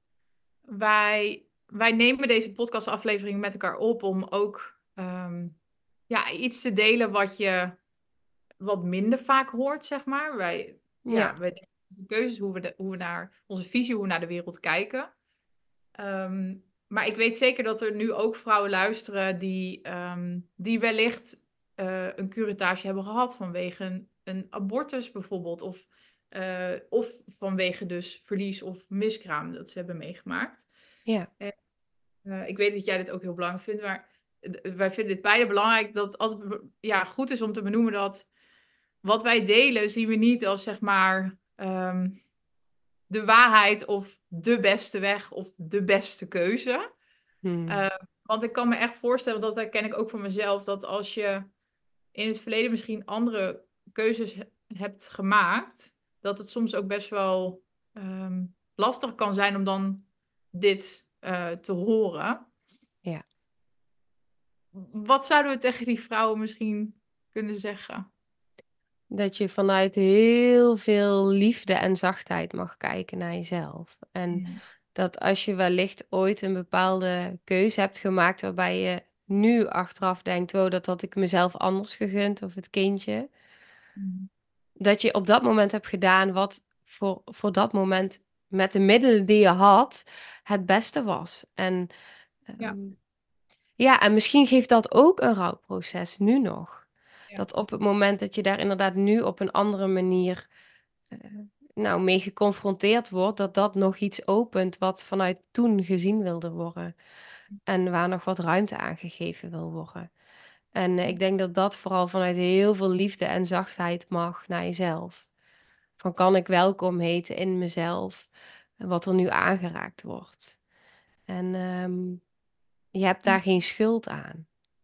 Speaker 2: wij, wij nemen deze podcastaflevering met elkaar op om ook ehm, ja, iets te delen wat je wat minder vaak hoort, zeg maar. Wij,
Speaker 1: ja,
Speaker 2: ja, wij denken over keuzes, hoe we, de, hoe we naar onze visie, hoe we naar de wereld kijken. Ehm, maar ik weet zeker dat er nu ook vrouwen luisteren die, ehm, die wellicht eh, een curettage hebben gehad vanwege een, een abortus bijvoorbeeld. Of, eh, of vanwege dus verlies of miskraam dat ze hebben meegemaakt.
Speaker 1: ja,
Speaker 2: En, eh, ik weet dat jij dit ook heel belangrijk vindt, maar eh, wij vinden dit beide belangrijk dat het altijd be- ja, goed is om te benoemen dat wat wij delen zien we niet als zeg maar ehm, de waarheid of de beste weg of de beste keuze.
Speaker 1: hmm,
Speaker 2: Uh, want ik kan me echt voorstellen, dat herken ik ook van mezelf, dat als je in het verleden misschien andere keuzes he- hebt gemaakt, dat het soms ook best wel ehm, lastig kan zijn om dan dit eh, te horen.
Speaker 1: ja.
Speaker 2: Wat zouden we tegen die vrouwen misschien kunnen zeggen?
Speaker 1: Dat je vanuit heel veel liefde en zachtheid mag kijken naar jezelf. En
Speaker 2: Mm,
Speaker 1: dat als je wellicht ooit een bepaalde keuze hebt gemaakt waarbij je nu achteraf denkt, wow, dat had ik mezelf anders gegund of het kindje.
Speaker 2: mm,
Speaker 1: Dat je op dat moment hebt gedaan wat voor, voor dat moment met de middelen die je had het beste was. En
Speaker 2: ja,
Speaker 1: ehm, ja, en misschien geeft dat ook een rouwproces nu nog.
Speaker 2: ja,
Speaker 1: Dat op het moment dat je daar inderdaad nu op een andere manier eh, nou, mee geconfronteerd wordt, dat dat nog iets opent wat vanuit toen gezien wilde worden. En waar nog wat ruimte aan gegeven wil worden. En eh, ik denk dat dat vooral vanuit heel veel liefde en zachtheid mag naar jezelf. Van kan ik welkom heten in mezelf, eh, wat er nu aangeraakt wordt. En ehm, je hebt daar geen schuld aan.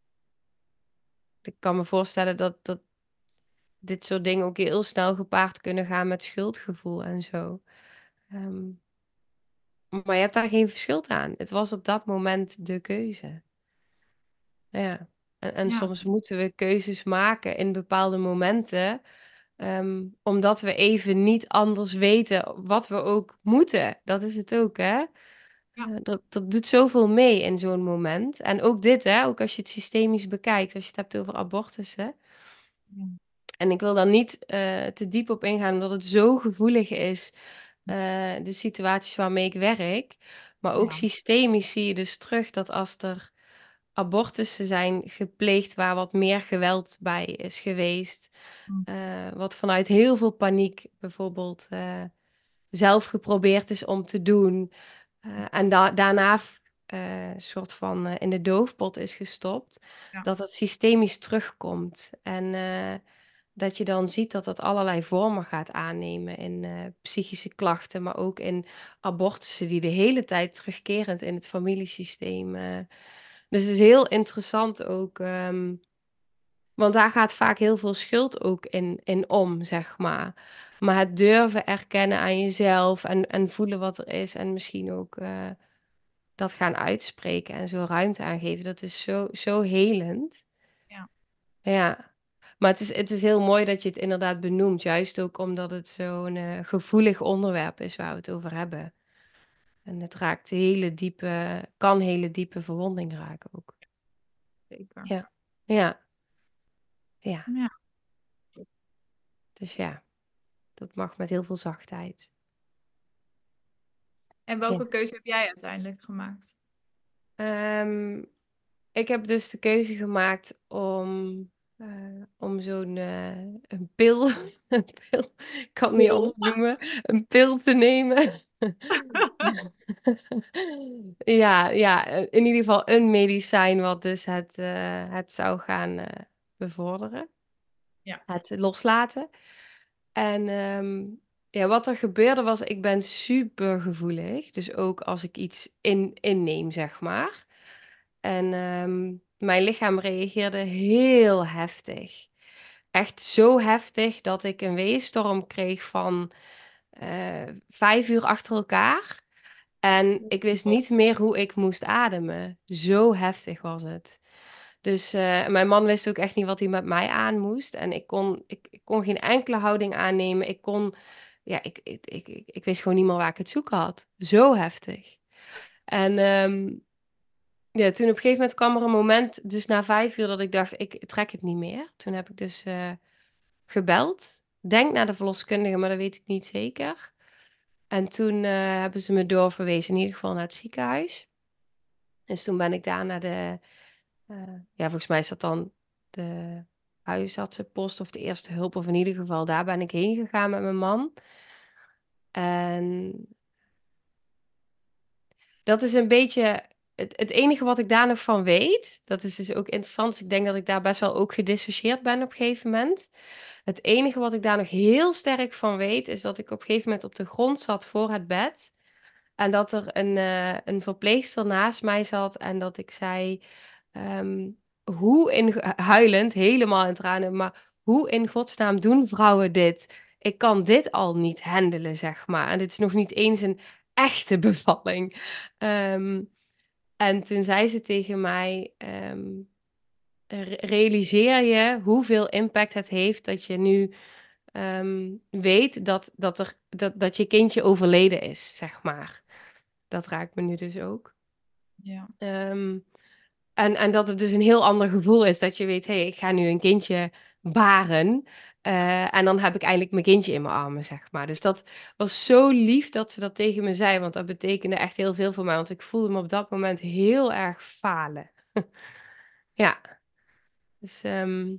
Speaker 1: Ik kan me voorstellen dat, dat dit soort dingen ook heel snel gepaard kunnen gaan met schuldgevoel en zo. Ehm, maar je hebt daar geen schuld aan. Het was op dat moment de keuze. Ja. En, en
Speaker 2: ja,
Speaker 1: soms moeten we keuzes maken in bepaalde momenten, ehm, omdat we even niet anders weten wat we ook moeten. Dat is het ook, hè?
Speaker 2: ja,
Speaker 1: Eh, dat, dat doet zoveel mee in zo'n moment. En ook dit, hè? Ook als je het systemisch bekijkt, als je het hebt over abortussen.
Speaker 2: ja,
Speaker 1: En ik wil daar niet eh, te diep op ingaan, omdat het zo gevoelig is, eh, de situaties waarmee ik werk. Maar ook
Speaker 2: ja,
Speaker 1: systemisch zie je dus terug dat als er abortussen zijn gepleegd waar wat meer geweld bij is geweest,
Speaker 2: mm,
Speaker 1: eh, wat vanuit heel veel paniek bijvoorbeeld eh, zelf geprobeerd is om te doen. Eh, en da- daarna f- eh, soort van eh, in de doofpot is gestopt,
Speaker 2: Ja.
Speaker 1: dat het systemisch terugkomt. En eh, dat je dan ziet dat dat allerlei vormen gaat aannemen in eh, psychische klachten, maar ook in abortussen die de hele tijd terugkerend in het familiesysteem. eh. Dus het is heel interessant ook. ehm, want daar gaat vaak heel veel schuld ook in, in om, zeg maar. Maar het durven erkennen aan jezelf en, en voelen wat er is en misschien ook eh, dat gaan uitspreken en zo ruimte aangeven, dat is zo, zo helend.
Speaker 2: Ja.
Speaker 1: Ja. Maar het is, het is heel mooi dat je het inderdaad benoemt, juist ook omdat het zo'n eh, gevoelig onderwerp is waar we het over hebben. En het raakt hele diepe, kan hele diepe verwonding raken ook.
Speaker 2: Zeker.
Speaker 1: Ja, ja, ja.
Speaker 2: Ja.
Speaker 1: Dus ja, dat mag met heel veel zachtheid.
Speaker 2: En
Speaker 1: Ja.
Speaker 2: welke keuze heb jij uiteindelijk gemaakt?
Speaker 1: Ehm, ik heb dus de keuze gemaakt om, eh, om zo'n eh, een pil, een pil, ik kan het niet
Speaker 2: Pil.
Speaker 1: anders noemen, een pil te nemen. Ja, ja, eh, in ieder geval een medicijn wat dus het, eh, het zou gaan eh, bevorderen,
Speaker 2: Ja.
Speaker 1: het loslaten. En ehm, ja, wat er gebeurde was, ik ben super gevoelig. Dus ook als ik iets in, inneem, zeg maar. En ehm, mijn lichaam reageerde heel heftig. Echt zo heftig dat ik een weeënstorm kreeg van eh, vijf uur achter elkaar. En ik wist niet meer hoe ik moest ademen. Zo heftig was het. Dus eh, mijn man wist ook echt niet wat hij met mij aan moest. En ik kon, ik, ik kon geen enkele houding aannemen. Ik kon, ja, ik, ik, ik, ik, ik wist gewoon niet meer waar ik het zoeken had. Zo heftig. En ehm, ja, toen op een gegeven moment kwam er een moment, dus na vijf uur, dat ik dacht, ik trek het niet meer. Toen heb ik dus eh, gebeld. Denk naar de verloskundige, maar dat weet ik niet zeker. En toen eh, hebben ze me doorverwezen, in ieder geval naar het ziekenhuis. Dus toen ben ik daar naar de, eh, ja, volgens mij is dat dan de huisartsenpost of de eerste hulp, of in ieder geval daar ben ik heen gegaan met mijn man. En dat is een beetje het, het enige wat ik daar nog van weet. Dat is dus ook interessant. Dus ik denk dat ik daar best wel ook gedissocieerd ben op een gegeven moment. Het enige wat ik daar nog heel sterk van weet, is dat ik op een gegeven moment op de grond zat voor het bed. En dat er een, eh, een verpleegster naast mij zat en dat ik zei, ehm, hoe in, huilend, helemaal in tranen, maar hoe in godsnaam doen vrouwen dit? Ik kan dit al niet handelen, zeg maar. En dit is nog niet eens een echte bevalling. Ehm, en toen zei ze tegen mij, ehm, re- realiseer je hoeveel impact het heeft dat je nu ehm, weet dat, dat, er, dat, dat je kindje overleden is, zeg maar. Dat raakt me nu dus ook.
Speaker 2: Ja.
Speaker 1: Ehm, en, en dat het dus een heel ander gevoel is dat je weet, hé, hey, ik ga nu een kindje baren. Eh, en dan heb ik eindelijk mijn kindje in mijn armen, zeg maar. Dus dat was zo lief dat ze dat tegen me zei, want dat betekende echt heel veel voor mij. Want ik voelde me op dat moment heel erg falen. Ja, dus ehm,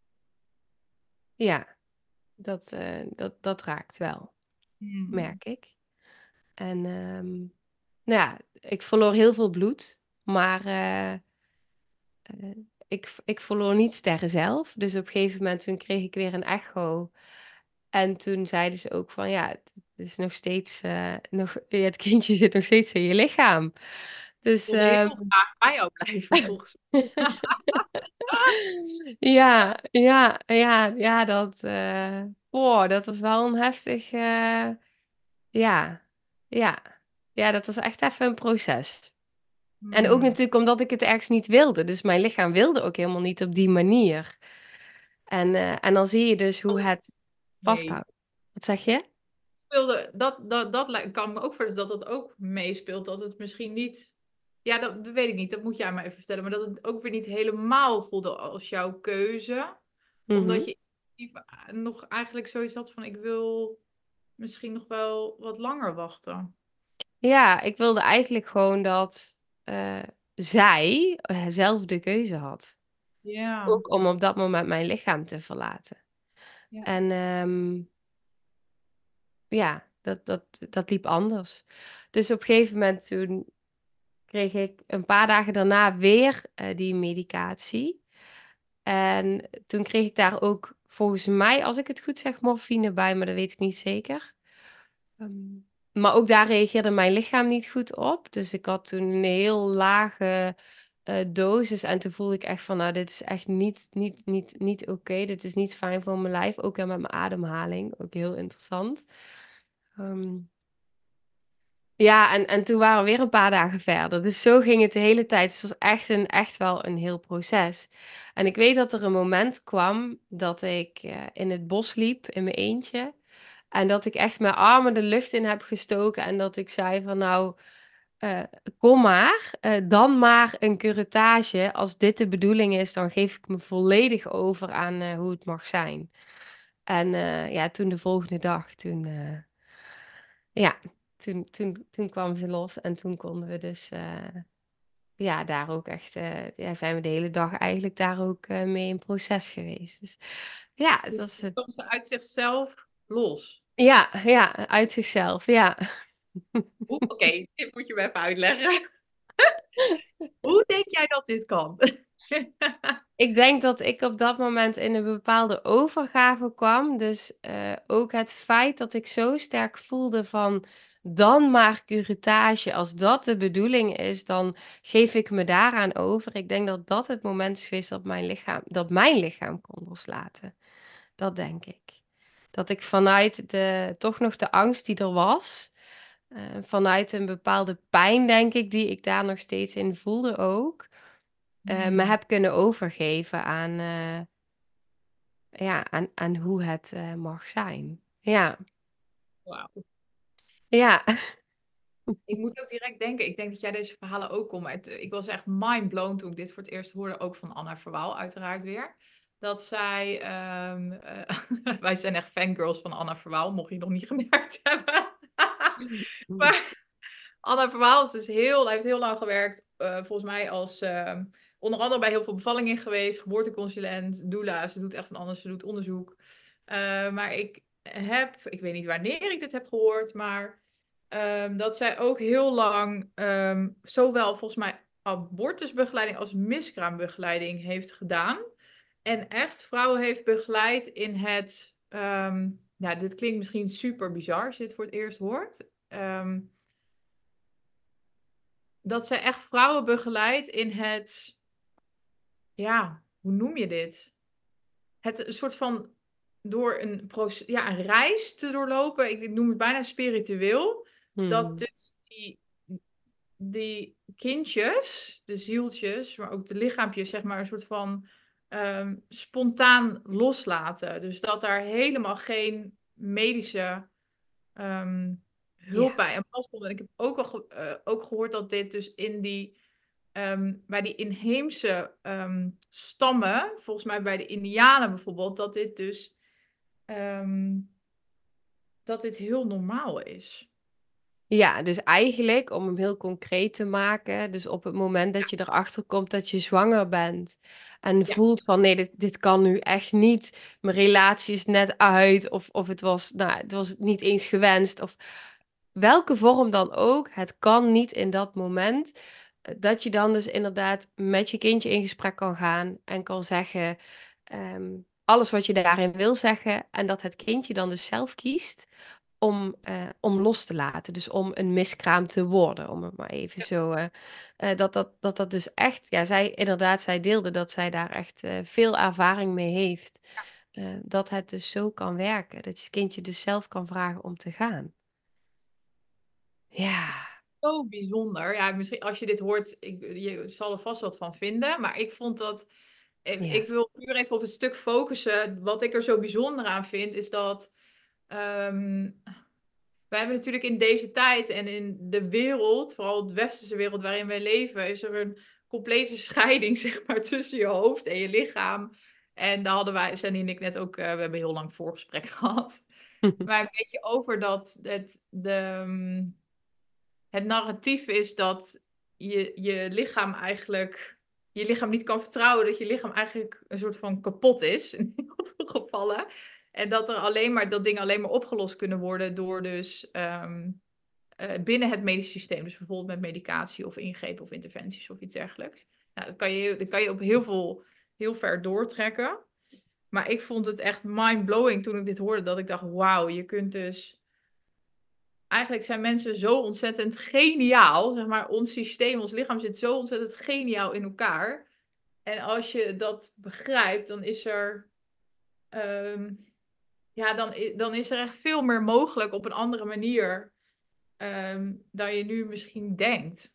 Speaker 1: ja, dat, eh, dat, dat raakt wel,
Speaker 2: Hmm.
Speaker 1: merk ik. En ehm, nou ja, ik verloor heel veel bloed, maar eh, eh, ik, ik verloor niet sterren zelf. Dus op een gegeven moment toen kreeg ik weer een echo. En toen zeiden ze ook van ja, het, het is nog steeds, eh, nog, ja, het kindje zit nog steeds in je lichaam. Dus
Speaker 2: Wilde
Speaker 1: ehm,
Speaker 2: heel graag bij jou blijven, volgens mij.
Speaker 1: ja, ja, ja, ja, dat, eh, oh, dat was wel een heftig, eh, ja, ja, ja, dat was echt even een proces. En ook
Speaker 2: Hmm.
Speaker 1: natuurlijk omdat ik het ergens niet wilde. Dus mijn lichaam wilde ook helemaal niet op die manier. En, eh, en dan zie je dus hoe het
Speaker 2: Nee.
Speaker 1: vasthoudt. Wat zeg je?
Speaker 2: Speelde, dat, dat, dat li- kan me ook voorstellen dat dat ook meespeelt. Dat het misschien niet. Ja, dat, dat weet ik niet. Dat moet jij maar even vertellen. Maar dat het ook weer niet helemaal voelde als jouw keuze. Omdat
Speaker 1: Mhm.
Speaker 2: je nog eigenlijk zoiets had van: ik wil misschien nog wel wat langer wachten.
Speaker 1: Ja, ik wilde eigenlijk gewoon dat eh, zij eh, zelf de keuze had.
Speaker 2: Ja,
Speaker 1: Ook om op dat moment mijn lichaam te verlaten.
Speaker 2: ja.
Speaker 1: En ehm, ja, dat, dat, dat liep anders. Dus op een gegeven moment toen kreeg ik een paar dagen daarna weer uh, die medicatie. En toen kreeg ik daar ook volgens mij, als ik het goed zeg, morfine bij, maar dat weet ik niet zeker. Um, maar ook daar reageerde mijn lichaam niet goed op. Dus ik had toen een heel lage uh, dosis. En toen voelde ik echt van, nou, dit is echt niet, niet, niet, niet oké. Okay. Dit is niet fijn voor mijn lijf. Ook weer met mijn ademhaling. Ook heel interessant. Um, ja, en, en toen waren we weer een paar dagen verder. Dus zo ging het de hele tijd. Dus het was echt, een, echt wel een heel proces. En ik weet dat er een moment kwam dat ik uh, in het bos liep in mijn eentje. En dat ik echt mijn armen de lucht in heb gestoken. En dat ik zei van nou, uh, kom maar. Uh, dan maar een curettage. Als dit de bedoeling is, dan geef ik me volledig over aan uh, hoe het mag zijn. En uh, ja, toen de volgende dag, toen... Uh, ja, toen, toen, toen kwam ze los. En toen konden we dus... Uh, ja, daar ook echt... Uh, ja, zijn we de hele dag eigenlijk daar ook uh, mee in proces geweest. Dus ja, het
Speaker 2: Dus
Speaker 1: was...
Speaker 2: het
Speaker 1: Uh,
Speaker 2: komt ze uit zichzelf los.
Speaker 1: ja, ja, uit zichzelf, ja.
Speaker 2: Oké, okay, dit moet je me even uitleggen. Hoe denk jij dat dit kan?
Speaker 1: Ik denk dat ik op dat moment in een bepaalde overgave kwam. Dus uh, ook het feit dat ik zo sterk voelde van... dan maar curettage. Als dat de bedoeling is, dan geef ik me daaraan over. Ik denk dat dat het moment is geweest dat mijn lichaam, dat mijn lichaam kon loslaten. Dat denk ik. Dat ik vanuit de, toch nog de angst die er was... Uh, vanuit een bepaalde pijn, denk ik, die ik daar nog steeds in voelde ook... uh, me
Speaker 2: Hmm.
Speaker 1: heb kunnen overgeven aan, uh, ja, aan, aan hoe het uh, mag zijn. Ja,
Speaker 2: Wauw.
Speaker 1: ja.
Speaker 2: Ik moet ook direct denken, ik denk dat jij deze verhalen ook kon, maar het, ik was echt mind blown toen ik dit voor het eerst hoorde, ook van Anna Verwaal uiteraard weer. Dat zij, um, uh, wij zijn echt fangirls van Anna Verwaal, mocht je nog niet gemerkt hebben. Maar Anna Verwaal is dus heel, hij heeft heel lang gewerkt, uh, volgens mij als, uh, onder andere bij heel veel bevallingen geweest, geboorteconsulent, doula, ze doet echt van alles, ze doet onderzoek. Uh, maar ik heb, ik weet niet wanneer ik dit heb gehoord, maar um, dat zij ook heel lang um, zowel volgens mij abortusbegeleiding als miskraambegeleiding heeft gedaan. En echt vrouwen heeft begeleid in het, um, ja, dit klinkt misschien super bizar als je dit voor het eerst hoort. Um, dat zij echt vrouwen begeleidt in het, ja, hoe noem je dit? Het een soort van door een, ja, een reis te doorlopen. Ik, ik noem het bijna spiritueel. Dat
Speaker 1: Hmm.
Speaker 2: dus die, die kindjes, de zieltjes, maar ook de lichaampjes, zeg maar, een soort van um, spontaan loslaten. Dus dat daar helemaal geen medische um, hulp
Speaker 1: Ja.
Speaker 2: bij en pas komt. En ik heb ook al ge uh, ook gehoord dat dit dus in die Um, bij die inheemse um, stammen, volgens mij bij de Indianen bijvoorbeeld, dat dit dus um, dat dit heel normaal is.
Speaker 1: Ja, dus eigenlijk, om hem heel concreet te maken, dus op het moment dat je erachter komt dat je zwanger bent en
Speaker 2: Ja,
Speaker 1: voelt van nee, dit, dit kan nu echt niet, mijn relatie is net uit, of, of het was, nou, het was niet eens gewenst, of welke vorm dan ook, het kan niet in dat moment, eh, dat je dan dus inderdaad met je kindje in gesprek kan gaan en kan zeggen ehm, alles wat je daarin wil zeggen en dat het kindje dan dus zelf kiest om, uh, om los te laten. Dus om een miskraam te worden, om het maar even
Speaker 2: ja,
Speaker 1: zo. Uh, uh, dat, dat, dat dat dus echt, ja, zij inderdaad, zij deelde dat zij daar echt uh, veel ervaring mee heeft. Uh, dat het dus zo kan werken. Dat je het kindje dus zelf kan vragen om te gaan. Ja,
Speaker 2: zo bijzonder. Ja, misschien als je dit hoort, ik, je zal er vast wat van vinden, maar ik vond dat, ik,
Speaker 1: ja.
Speaker 2: ik wil puur even op een stuk focussen. Wat ik er zo bijzonder aan vind, is dat um, wij hebben natuurlijk in deze tijd en in de wereld, vooral de westerse wereld waarin wij leven, is er een complete scheiding, zeg maar, tussen je hoofd en je lichaam. En daar hadden wij, Sandy en ik net ook, uh, we hebben een heel lang voorgesprek gehad. Maar een beetje over dat het, de, um, het narratief is dat je, je lichaam eigenlijk, je lichaam niet kan vertrouwen, dat je lichaam eigenlijk een soort van kapot is, in heel veel gevallen. En dat er alleen maar, dat dingen alleen maar opgelost kunnen worden door dus um, uh, binnen het medisch systeem. Dus bijvoorbeeld met medicatie of ingrepen of interventies of iets dergelijks. Nou, dat kan je, dat kan je op heel veel, heel ver doortrekken. Maar ik vond het echt mind-blowing toen ik dit hoorde. Dat ik dacht, wauw, je kunt dus... Eigenlijk zijn mensen zo ontzettend geniaal. Zeg maar, ons systeem, ons lichaam zit zo ontzettend geniaal in elkaar. En als je dat begrijpt, dan is er... Um, ja, dan, dan is er echt veel meer mogelijk op een andere manier um, dan je nu misschien denkt.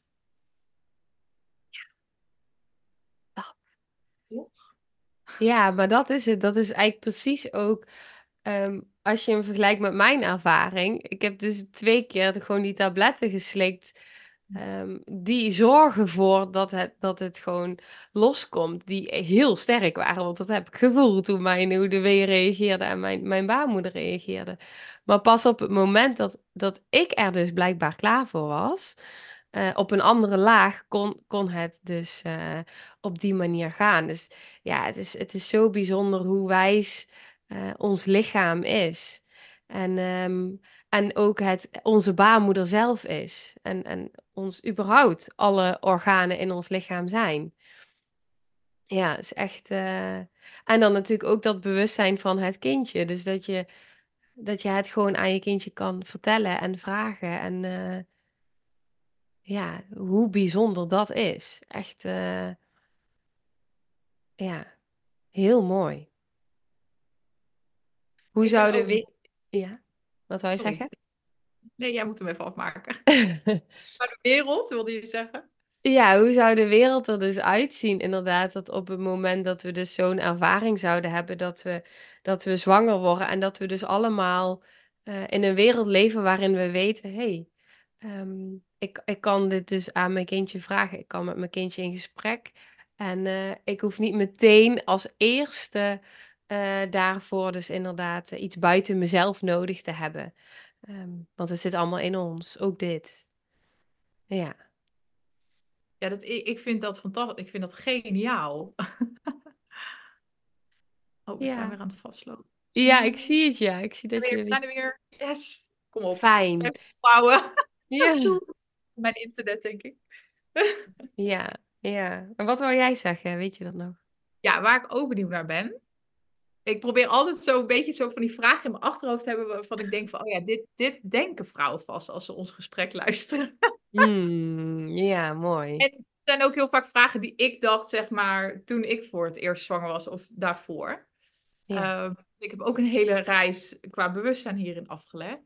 Speaker 1: Dat.
Speaker 2: Toch?
Speaker 1: Ja, maar dat is het. Dat is eigenlijk precies ook, ehm, als je hem vergelijkt met mijn ervaring. Ik heb dus twee keer de- gewoon die tabletten geslikt. ehm, die zorgen voor dat het, dat het gewoon loskomt. Die heel sterk waren. Want dat heb ik gevoeld toen mijn hoe de wee reageerde en mijn, mijn baarmoeder reageerde. Maar pas op het moment dat, dat ik er dus blijkbaar klaar voor was. eh, op een andere laag kon, kon het dus eh, op die manier gaan. Dus ja, het is, het is zo bijzonder hoe wijs eh, ons lichaam is. En, ehm, en ook het, onze baarmoeder zelf is. En, en ons überhaupt alle organen in ons lichaam zijn. Ja, is echt. eh, En dan natuurlijk ook dat bewustzijn van het kindje. Dus dat je, dat je het gewoon aan je kindje kan vertellen en vragen. En eh, ja, hoe bijzonder dat is. Echt, eh, ja, heel mooi. Hoe
Speaker 2: Ik ben
Speaker 1: zouden
Speaker 2: ook...
Speaker 1: we... Ja, wat wou je
Speaker 2: Sorry.
Speaker 1: zeggen?
Speaker 2: Nee, jij moet hem even afmaken. Maar de wereld, wilde je zeggen?
Speaker 1: Ja, hoe zou de wereld er dus uitzien? Inderdaad, dat op het moment dat we dus zo'n ervaring zouden hebben dat we, dat we zwanger worden en dat we dus allemaal eh, in een wereld leven waarin we weten, hé, hey, ehm, ik, ik kan dit dus aan mijn kindje vragen, ik kan met mijn kindje in gesprek en eh, ik hoef niet meteen als eerste eh, daarvoor dus inderdaad eh, iets buiten mezelf nodig te hebben. Ehm, want het zit allemaal in ons, ook dit. Ja.
Speaker 2: Ja, dat, ik, ik vind dat fantastisch. Ik vind dat geniaal. Oh, we zijn
Speaker 1: Ja.
Speaker 2: weer aan het vastlopen.
Speaker 1: Ja, ik zie het, ja. Ik zie
Speaker 2: En
Speaker 1: dat
Speaker 2: weer,
Speaker 1: je
Speaker 2: we zijn
Speaker 1: weet.
Speaker 2: er weer. Yes. Kom op.
Speaker 1: Fijn.
Speaker 2: Even opbouwen.
Speaker 1: Ja,
Speaker 2: Zo. Mijn internet, denk ik.
Speaker 1: ja, ja. En wat wou jij zeggen? Weet je dat nog?
Speaker 2: Ja, waar ik ook benieuwd naar ben. Ik probeer altijd zo een beetje zo van die vragen in mijn achterhoofd te hebben waarvan ik denk van, oh ja, dit, dit denken vrouwen vast als ze ons gesprek luisteren.
Speaker 1: Hmm, ja, mooi.
Speaker 2: En er zijn ook heel vaak vragen die ik dacht, zeg maar, toen ik voor het eerst zwanger was of daarvoor.
Speaker 1: Ja,
Speaker 2: Um, ik heb ook een hele reis qua bewustzijn hierin afgelegd.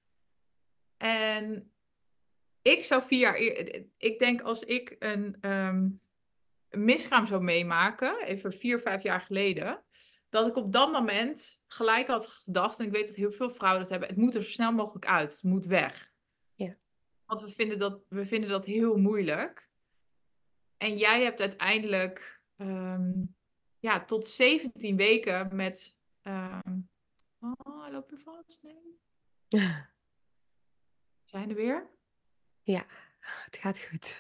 Speaker 2: En ik zou vier jaar... eer- Ik denk als ik een, um, een miskraam zou meemaken, even vier, vijf jaar geleden, dat ik op dat moment gelijk had gedacht, en ik weet dat heel veel vrouwen dat hebben, het moet er zo snel mogelijk uit. Het moet weg.
Speaker 1: ja.
Speaker 2: Want we vinden dat, we vinden dat heel moeilijk. En jij hebt uiteindelijk um, ja, tot zeventien weken met... Um, oh, loop je vast? Nee. Zijn er weer?
Speaker 1: Ja, het gaat goed.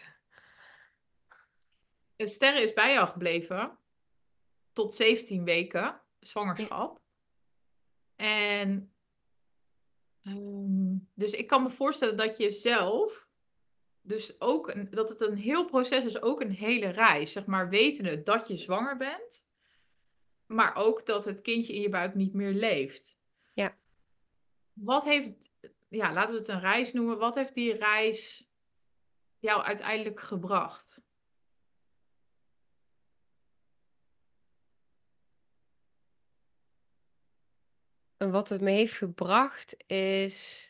Speaker 2: De sterren is bij jou gebleven tot zeventien weken
Speaker 1: Ja,
Speaker 2: zwangerschap. En um, dus ik kan me voorstellen dat je zelf, dus ook een, dat het een heel proces is, ook een hele reis, zeg maar, wetende dat je zwanger bent, maar ook dat het kindje in je buik niet meer leeft.
Speaker 1: ja.
Speaker 2: Wat heeft, ja, laten we het een reis noemen, wat heeft die reis jou uiteindelijk gebracht?
Speaker 1: En wat het me heeft gebracht is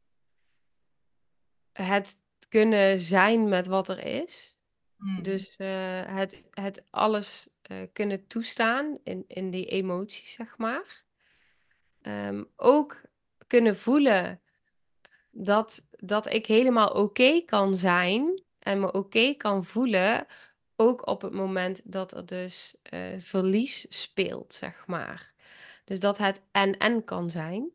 Speaker 1: het kunnen zijn met wat er is.
Speaker 2: Hmm.
Speaker 1: Dus eh, het, het alles eh, kunnen toestaan in, in die emoties, zeg maar. Ehm, ook kunnen voelen dat, dat ik helemaal oké kan zijn en me oké kan voelen, ook op het moment dat er dus eh, verlies speelt, zeg maar. Dus dat het en-en kan zijn.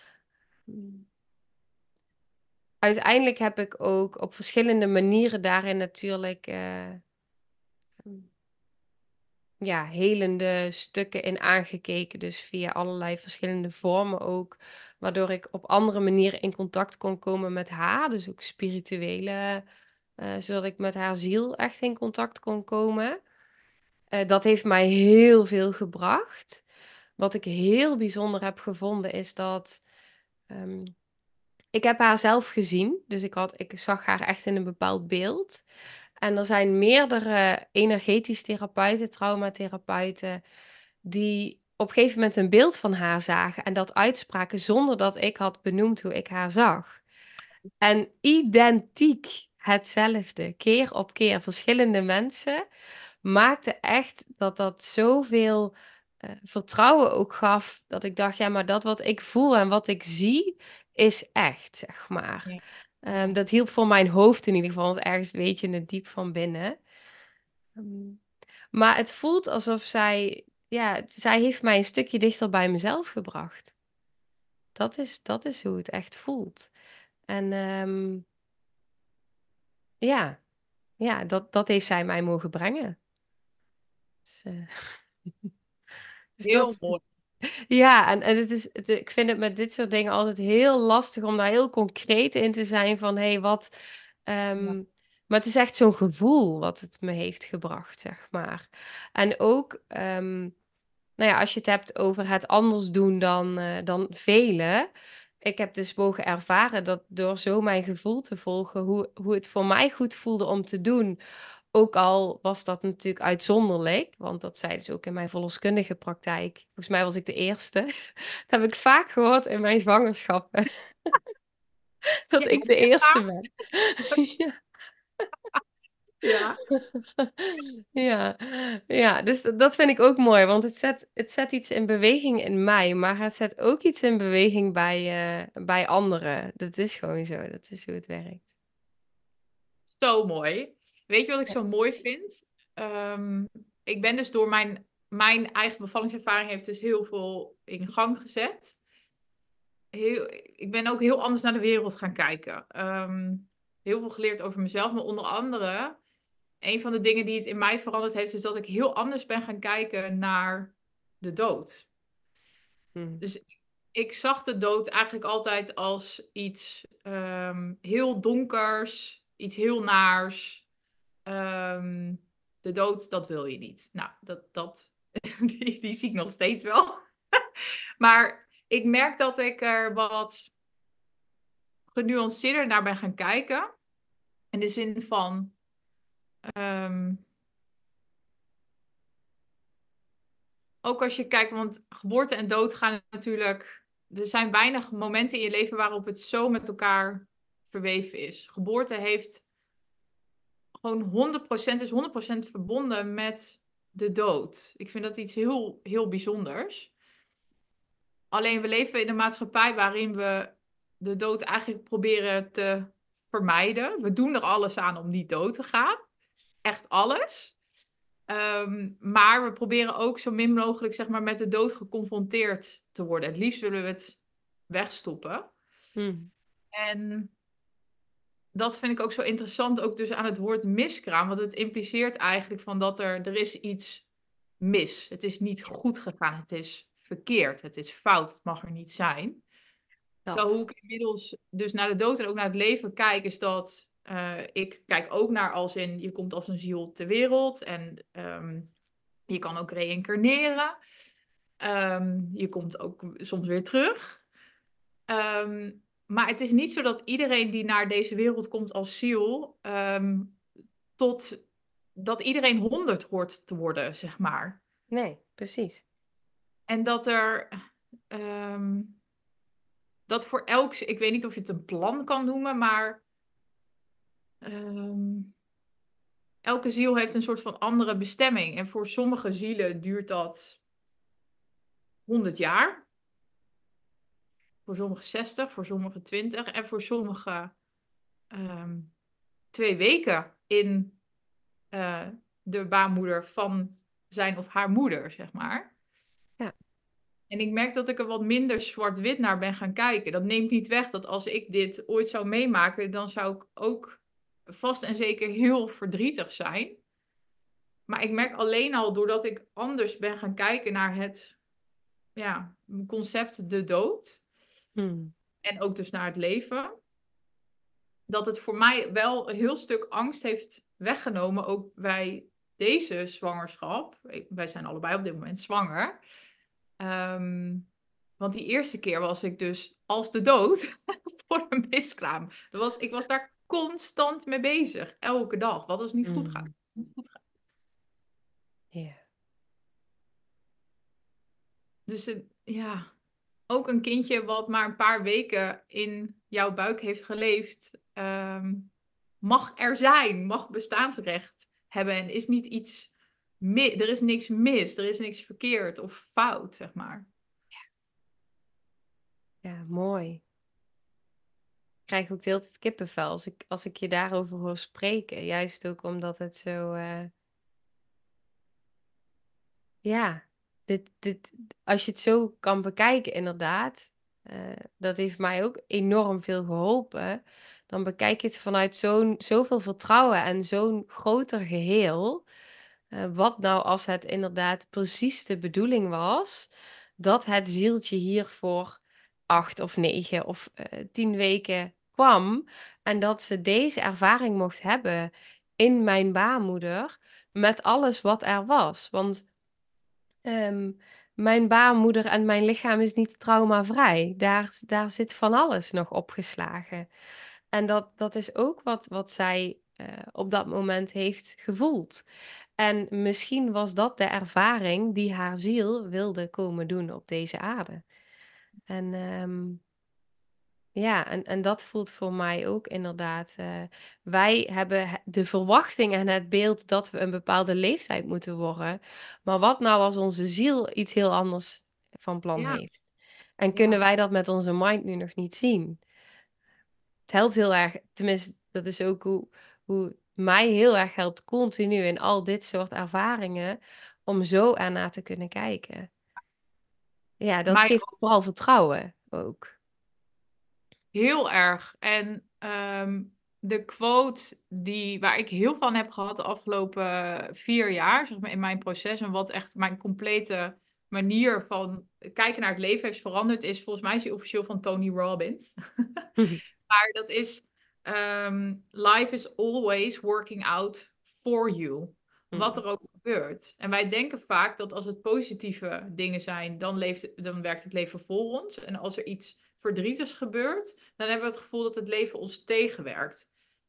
Speaker 1: Uiteindelijk heb ik ook op verschillende manieren daarin natuurlijk, eh, ja, helende stukken in aangekeken. Dus via allerlei verschillende vormen ook. Waardoor ik op andere manieren in contact kon komen met haar. Dus ook spirituele, eh, zodat ik met haar ziel echt in contact kon komen. Eh, dat heeft mij heel veel gebracht. Wat ik heel bijzonder heb gevonden is dat ehm, ik heb haar zelf gezien. Dus ik had, ik zag haar echt in een bepaald beeld. En er zijn meerdere energetisch therapeuten, traumatherapeuten, die op een gegeven moment een beeld van haar zagen en dat uitspraken zonder dat ik had benoemd hoe ik haar zag. En identiek hetzelfde, keer op keer, verschillende mensen, maakte echt dat dat zoveel eh, vertrouwen ook gaf, dat ik dacht, ja, maar dat wat ik voel en wat ik zie, is echt, zeg maar.
Speaker 2: Ja.
Speaker 1: Ehm,
Speaker 2: Ja.
Speaker 1: dat hielp voor mijn hoofd in ieder geval, want ergens weet je het diep van binnen. Ehm, maar het voelt alsof zij, ja, het- zij heeft mij een stukje dichter bij mezelf gebracht. Dat is, dat is hoe het echt voelt. En ehm, ja, ja dat, dat heeft zij mij mogen brengen. Dus, eh, dus
Speaker 2: Heel
Speaker 1: dat,
Speaker 2: mooi.
Speaker 1: ja, en, en het is, het, ik vind het met dit soort dingen altijd heel lastig om daar heel concreet in te zijn van, hé, hey, wat...
Speaker 2: Ja.
Speaker 1: ehm, maar het is echt zo'n gevoel wat het me heeft gebracht, zeg maar. En ook, ehm, nou ja, als je het hebt over het anders doen dan, eh, dan velen. Ik heb dus mogen ervaren dat door zo mijn gevoel te volgen, hoe, hoe het voor mij goed voelde om te doen. Ook al was dat natuurlijk uitzonderlijk, want dat zeiden ze ook in mijn verloskundige praktijk. Volgens mij was ik de eerste. Dat heb ik vaak gehoord in mijn zwangerschappen, dat
Speaker 2: Ja,
Speaker 1: ik de eerste ben. Ja.
Speaker 2: ja.
Speaker 1: Ja, ja, dus dat dat vind ik ook mooi, want het zet, het zet iets in beweging in mij, maar het zet ook iets in beweging bij, eh, bij anderen. Dat is gewoon zo, dat is hoe het werkt.
Speaker 2: Zo mooi. Weet je wat ik
Speaker 1: Ja.
Speaker 2: zo mooi vind? Ehm, ik ben dus door mijn, mijn eigen bevallingservaring heeft dus heel veel in gang gezet. Heel, ik ben ook heel anders naar de wereld gaan kijken. Ehm, heel veel geleerd over mezelf, maar onder andere, een van de dingen die het in mij veranderd heeft, is dat ik heel anders ben gaan kijken naar de dood.
Speaker 1: Hm.
Speaker 2: Dus ik zag de dood eigenlijk altijd als iets ehm, heel donkers, iets heel naars. Ehm, de dood, dat wil je niet. Nou, dat, dat, die, die zie ik nog steeds wel. Maar ik merk dat ik er wat genuanceerder naar ben gaan kijken. In de zin van, ehm, ook als je kijkt, want geboorte en dood gaan natuurlijk. Er zijn weinig momenten in je leven waarop het zo met elkaar verweven is. Geboorte heeft gewoon honderd procent is honderd procent verbonden met de dood. Ik vind dat iets heel, heel bijzonders. Alleen we leven in een maatschappij waarin we de dood eigenlijk proberen te vermijden. We doen er alles aan om niet dood te gaan. Echt alles. Ehm, maar we proberen ook zo min mogelijk zeg maar, met de dood geconfronteerd te worden. Het liefst willen we het wegstoppen.
Speaker 1: Hm.
Speaker 2: En dat vind ik ook zo interessant, ook dus aan het woord miskraam. Want het impliceert eigenlijk van dat er, er is iets mis. Het is niet goed gegaan. Het is verkeerd. Het is fout. Het mag er niet zijn. Zo
Speaker 1: Dat.
Speaker 2: hoe ik inmiddels dus naar de dood en ook naar het leven kijk, is dat eh, ik kijk ook naar als in, je komt als een ziel ter wereld en ehm, je kan ook reïncarneren. Ehm, je komt ook soms weer terug. Ehm, maar het is niet zo dat iedereen die naar deze wereld komt als ziel, ehm, tot dat iedereen honderd hoort te worden, zeg maar.
Speaker 1: Nee, precies.
Speaker 2: En dat er ehm, dat voor elk, ik weet niet of je het een plan kan noemen, maar ehm, elke ziel heeft een soort van andere bestemming. En voor sommige zielen duurt dat honderd jaar. Voor sommigen zestig, voor sommigen twintig en voor sommigen ehm, twee weken in eh, de baarmoeder van zijn of haar moeder, zeg maar.
Speaker 1: Ja.
Speaker 2: En ik merk dat ik er wat minder zwart-wit naar ben gaan kijken. Dat neemt niet weg dat als ik dit ooit zou meemaken, dan zou ik ook vast en zeker heel verdrietig zijn. Maar ik merk alleen al doordat ik anders ben gaan kijken naar het ja, concept de dood.
Speaker 1: Hmm.
Speaker 2: En ook dus naar het leven. Dat het voor mij wel een heel stuk angst heeft weggenomen. Ook bij deze zwangerschap. Ik- wij zijn allebei op dit moment zwanger. Ehm, want die eerste keer was ik dus als de dood voor een miskraam. Dat was, ik was daar constant mee bezig. Elke dag. Wat als het niet goed gaat?
Speaker 1: Hmm.
Speaker 2: Niet goed gaat.
Speaker 1: Ja.
Speaker 2: Dus het- ja, ook een kindje wat maar een paar weken in jouw buik heeft geleefd, ehm, mag er zijn, mag bestaansrecht hebben en is niet iets mi- er is niks mis, er is niks verkeerd of fout, zeg maar.
Speaker 1: Ja, mooi. Ik krijg ook de hele tijd kippenvel als ik, als ik je daarover hoor spreken. Juist ook omdat het zo, eh, ja, dit, dit, als je het zo kan bekijken, inderdaad, eh, dat heeft mij ook enorm veel geholpen. Dan bekijk je het vanuit zo'n, zoveel vertrouwen en zo'n groter geheel. Eh, wat nou als het inderdaad precies de bedoeling was dat het zieltje hier voor acht of negen of eh, tien weken kwam en dat ze deze ervaring mocht hebben in mijn baarmoeder met alles wat er was. Want Ehm, mijn baarmoeder en mijn lichaam is niet traumavrij. Daar, daar zit van alles nog opgeslagen. En dat, dat is ook wat, wat zij eh, op dat moment heeft gevoeld. En misschien was dat de ervaring die haar ziel wilde komen doen op deze aarde. En ehm, ja, en, en dat voelt voor mij ook inderdaad. eh, wij hebben he- de verwachting en het beeld dat we een bepaalde leeftijd moeten worden. Maar wat nou als onze ziel iets heel anders van plan
Speaker 2: Ja,
Speaker 1: heeft? En kunnen
Speaker 2: ja.
Speaker 1: wij dat met onze mind nu nog niet zien? Het helpt heel erg, tenminste, dat is ook hoe, hoe mij heel erg helpt continu in al dit soort ervaringen, om zo ernaar te kunnen kijken. Ja, dat
Speaker 2: Mij
Speaker 1: geeft vooral vertrouwen ook.
Speaker 2: heel erg. En ehm, de quote die, waar ik heel van heb gehad de afgelopen vier jaar, zeg maar, in mijn proces, en wat echt mijn complete manier van kijken naar het leven heeft veranderd, is volgens mij is die officieel van Tony Robbins. Maar dat is ehm, life is always working out for you. Wat er ook gebeurt. En wij denken vaak dat als het positieve dingen zijn, dan, leeft, dan werkt het leven voor ons. En als er iets verdrietigs gebeurt, dan hebben we het gevoel dat het leven ons tegenwerkt.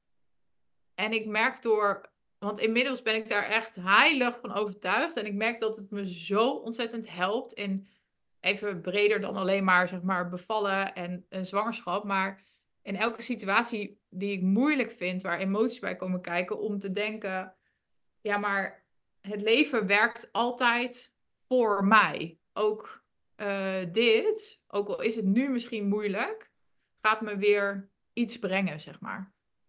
Speaker 2: En ik merk door, want inmiddels ben ik daar echt heilig van overtuigd. En ik merk dat het me zo ontzettend helpt. In even breder dan alleen maar, zeg maar, bevallen en een zwangerschap. Maar in elke situatie die ik moeilijk vind, waar emoties bij komen kijken, om te denken, ja, maar het leven werkt altijd voor mij. Ook eh, dit, ook al is het nu misschien moeilijk, gaat me weer iets brengen, zeg maar.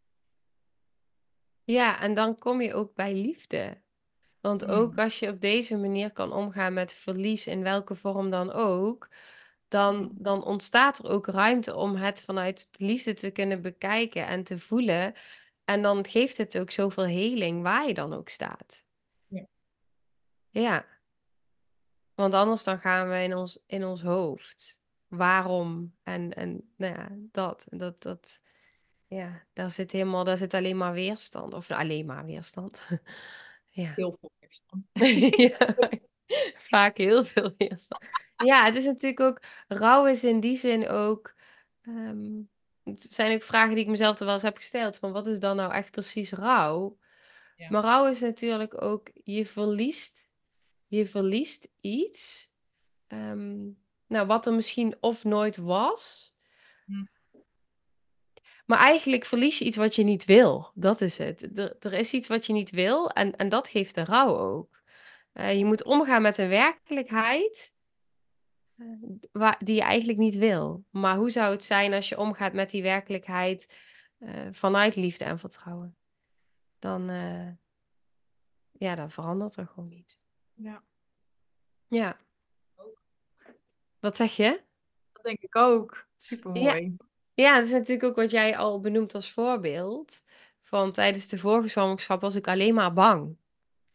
Speaker 1: Ja, en dan kom je ook bij liefde. Want ook
Speaker 2: Mm.
Speaker 1: als je op deze manier kan omgaan met verlies, in welke vorm dan ook, dan,
Speaker 2: Ja.
Speaker 1: dan ontstaat er ook ruimte om het vanuit liefde te kunnen bekijken en te voelen. En dan geeft het ook zoveel heling waar je dan ook staat.
Speaker 2: Ja.
Speaker 1: Ja, want anders dan gaan we in ons, in ons hoofd. Waarom? En, en nou ja, dat, dat, dat, ja, daar zit helemaal, daar zit alleen maar weerstand. Of nou, alleen maar weerstand. Ja.
Speaker 2: Heel veel weerstand.
Speaker 1: Ja, vaak heel veel weerstand. Ja, het is natuurlijk ook, rouw is in die zin ook, ehm, het zijn ook vragen die ik mezelf er wel eens heb gesteld, van wat is dan nou echt precies rouw?
Speaker 2: Ja.
Speaker 1: Maar rouw is natuurlijk ook, je verliest, je verliest iets, ehm, nou, wat er misschien of nooit was,
Speaker 2: Mm.
Speaker 1: maar eigenlijk verlies je iets wat je niet wil. Dat is het. Er, er is iets wat je niet wil en, en dat geeft de rouw ook. Eh, je moet omgaan met een werkelijkheid eh, waar, die je eigenlijk niet wil. Maar hoe zou het zijn als je omgaat met die werkelijkheid eh, vanuit liefde en vertrouwen? Dan, eh, ja, dan verandert er gewoon iets.
Speaker 2: Ja.
Speaker 1: Ja, wat zeg je?
Speaker 2: Dat denk ik ook.
Speaker 1: Ja,
Speaker 2: Supermooi.
Speaker 1: ja, dat is natuurlijk ook wat jij al benoemt als voorbeeld. Van tijdens de vorige zwangerschap was ik alleen maar bang.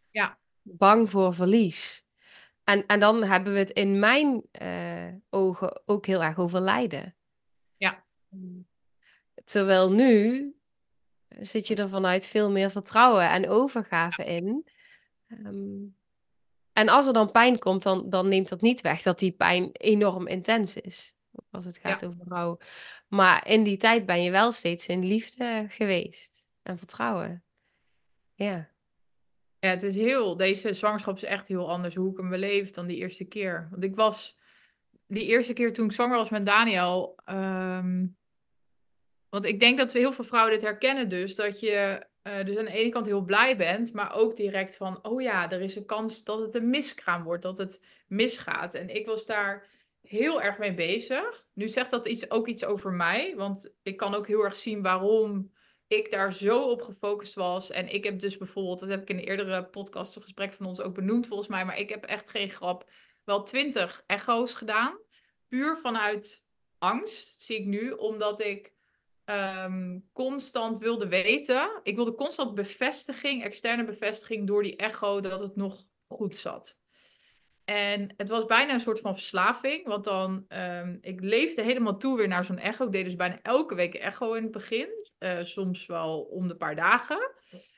Speaker 2: Ja,
Speaker 1: bang voor verlies. En, en dan hebben we het in mijn eh, ogen ook heel erg over lijden.
Speaker 2: ja.
Speaker 1: Mm. Terwijl nu zit je er vanuit veel meer vertrouwen en overgave in. Ehm, en als er dan pijn komt, dan, dan neemt dat niet weg dat die pijn enorm intens is. Ook als het gaat
Speaker 2: Ja.
Speaker 1: over rouw. Maar in die tijd ben je wel steeds in liefde geweest en vertrouwen. Ja.
Speaker 2: Ja, het is heel, deze zwangerschap is echt heel anders hoe ik hem beleef dan die eerste keer. Want ik was, die eerste keer toen ik zwanger was met Daniel, ehm, want ik denk dat heel veel vrouwen dit herkennen dus, dat je eh, dus aan de ene kant heel blij bent, maar ook direct van, oh ja, er is een kans dat het een miskraam wordt, dat het misgaat. En ik was daar heel erg mee bezig. Nu zegt dat iets, ook iets over mij, want ik kan ook heel erg zien waarom ik daar zo op gefocust was. En ik heb dus bijvoorbeeld, dat heb ik in een eerdere podcast, een gesprek van ons ook benoemd volgens mij, maar ik heb echt geen grap, wel twintig echo's gedaan. Puur vanuit angst, zie ik nu, omdat ik um, constant wilde weten. Ik wilde constant bevestiging, externe bevestiging door die echo dat het nog goed zat. En het was bijna een soort van verslaving, want dan, um, ik leefde helemaal toe weer naar zo'n echo. Ik deed dus bijna elke week een echo in het begin, uh, soms wel om de paar dagen.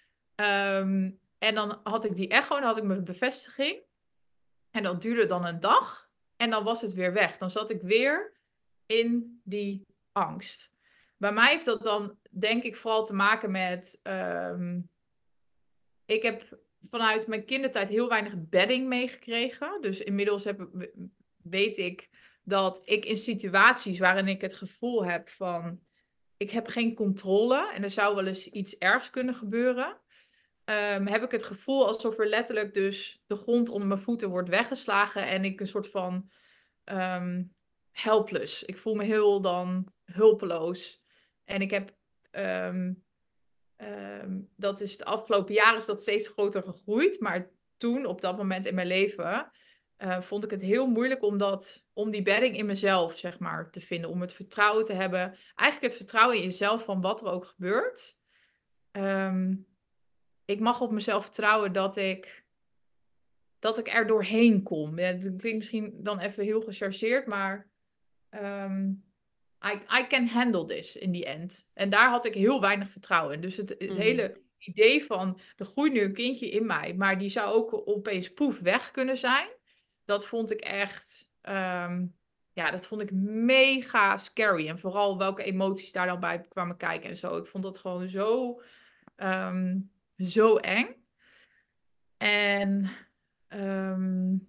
Speaker 2: Um, en dan had ik die echo en dan had ik mijn bevestiging. En dat duurde dan een dag en dan was het weer weg. Dan zat ik weer in die angst. Bij mij heeft dat dan, denk ik, vooral te maken met. Um, ik heb vanuit mijn kindertijd heel weinig bedding meegekregen. Dus inmiddels heb, weet ik dat ik in situaties waarin ik het gevoel heb van. Ik heb geen controle en er zou wel eens iets ergs kunnen gebeuren. Um, heb ik het gevoel alsof er letterlijk dus de grond onder mijn voeten wordt weggeslagen en ik een soort van um, helpless. Ik voel me heel dan hulpeloos. En ik heb, um, um, dat is de afgelopen jaren is dat steeds groter gegroeid, maar toen, op dat moment in mijn leven, uh, vond ik het heel moeilijk om, dat, om die bedding in mezelf, zeg maar, te vinden. Om het vertrouwen te hebben. Eigenlijk het vertrouwen in jezelf van wat er ook gebeurt. Um, ik mag op mezelf vertrouwen dat ik, dat ik er doorheen kom. Ja, dat klinkt misschien dan even heel gechargeerd, maar um, I, I can handle this in the end. En daar had ik heel weinig vertrouwen in. Dus het, het
Speaker 1: Mm.
Speaker 2: hele idee van, er groeit nu een kindje in mij, maar die zou ook opeens poef weg kunnen zijn. Dat vond ik echt, um, ja, dat vond ik mega scary. En vooral welke emoties daar dan bij kwamen kijken en zo. Ik vond dat gewoon zo, um, zo eng. En, um,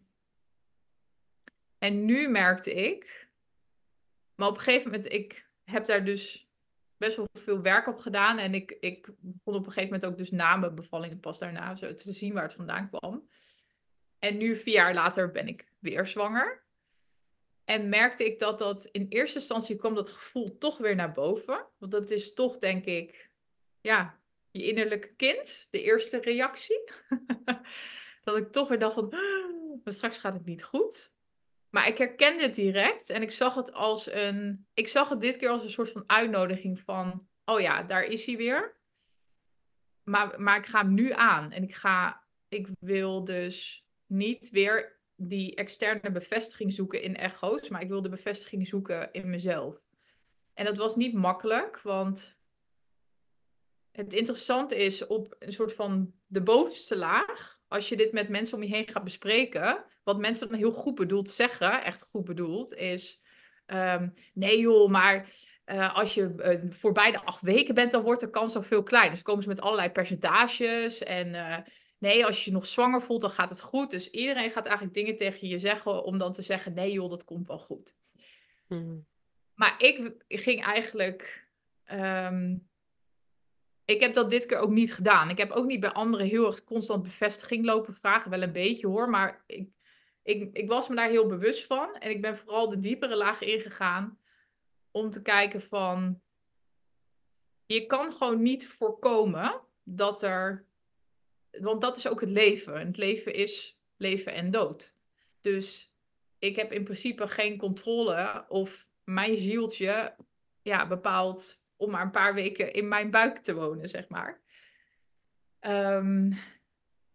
Speaker 2: en nu merkte ik, maar op een gegeven moment, ik heb daar dus best wel veel werk op gedaan. En ik, ik begon op een gegeven moment ook dus na mijn bevalling, pas daarna, zo te zien waar het vandaan kwam. En nu, vier jaar later, ben ik weer zwanger. En merkte ik dat dat in eerste instantie kwam dat gevoel toch weer naar boven. Want dat is toch, denk ik, ja, je innerlijke kind, de eerste reactie. Dat ik toch weer dacht van, maar straks gaat het niet goed. Maar ik herkende het direct en ik zag het als een, ik zag het dit keer als een soort van uitnodiging van, oh ja, daar is hij weer. Maar, maar ik ga hem nu aan en ik ga, ik wil dus niet weer die externe bevestiging zoeken in echo's, maar ik wil de bevestiging zoeken in mezelf. En dat was niet makkelijk, want het interessante is op een soort van de bovenste laag, als je dit met mensen om je heen gaat bespreken, wat mensen dan heel goed bedoeld zeggen, echt goed bedoeld, is um, nee joh, maar uh, als je uh, voorbij de acht weken bent, dan wordt de kans al veel kleiner. Dus komen ze met allerlei percentages en uh, nee, als je je nog zwanger voelt, dan gaat het goed. Dus iedereen gaat eigenlijk dingen tegen je zeggen om dan te zeggen, nee joh, dat komt wel goed.
Speaker 1: Mm.
Speaker 2: Maar ik ging eigenlijk... Um, ik heb dat dit keer ook niet gedaan. Ik heb ook niet bij anderen heel erg constant bevestiging lopen vragen. Wel een beetje hoor, maar ik, ik, ik was me daar heel bewust van. En ik ben vooral de diepere laag ingegaan om te kijken van... Je kan gewoon niet voorkomen dat er... Want dat is ook het leven. Het leven is leven en dood. Dus ik heb in principe geen controle of mijn zieltje ja, bepaalt om maar een paar weken in mijn buik te wonen, zeg maar. Um,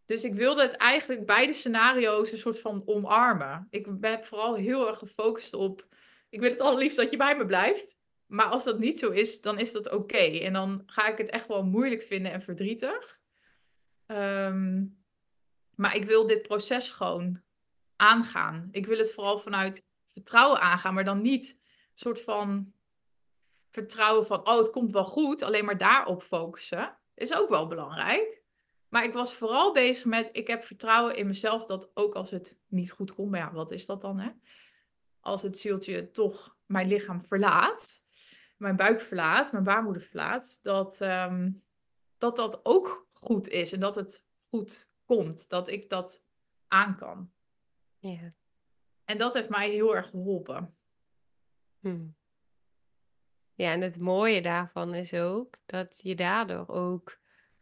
Speaker 2: Dus ik wilde het eigenlijk beide scenario's een soort van omarmen. Ik heb vooral heel erg gefocust op, ik wil het allerliefst dat je bij me blijft. Maar als dat niet zo is, dan is dat oké. En dan ga ik het echt wel moeilijk vinden en verdrietig. Ehm, maar ik wil dit proces gewoon aangaan. Ik wil het vooral vanuit vertrouwen aangaan, maar dan niet een soort van vertrouwen van, oh, het komt wel goed, alleen maar daarop focussen. Is ook wel belangrijk. Maar ik was vooral bezig met, ik heb vertrouwen in mezelf dat ook als het niet goed komt, maar ja, wat is dat dan, hè? Als het zieltje toch mijn lichaam verlaat, mijn buik verlaat, mijn baarmoeder verlaat, dat, ehm, dat dat ook goed is en dat het goed komt, dat ik dat aan kan.
Speaker 1: Ja.
Speaker 2: En dat heeft mij heel erg geholpen.
Speaker 1: Hm. Ja, en het mooie daarvan is ook dat je daardoor ook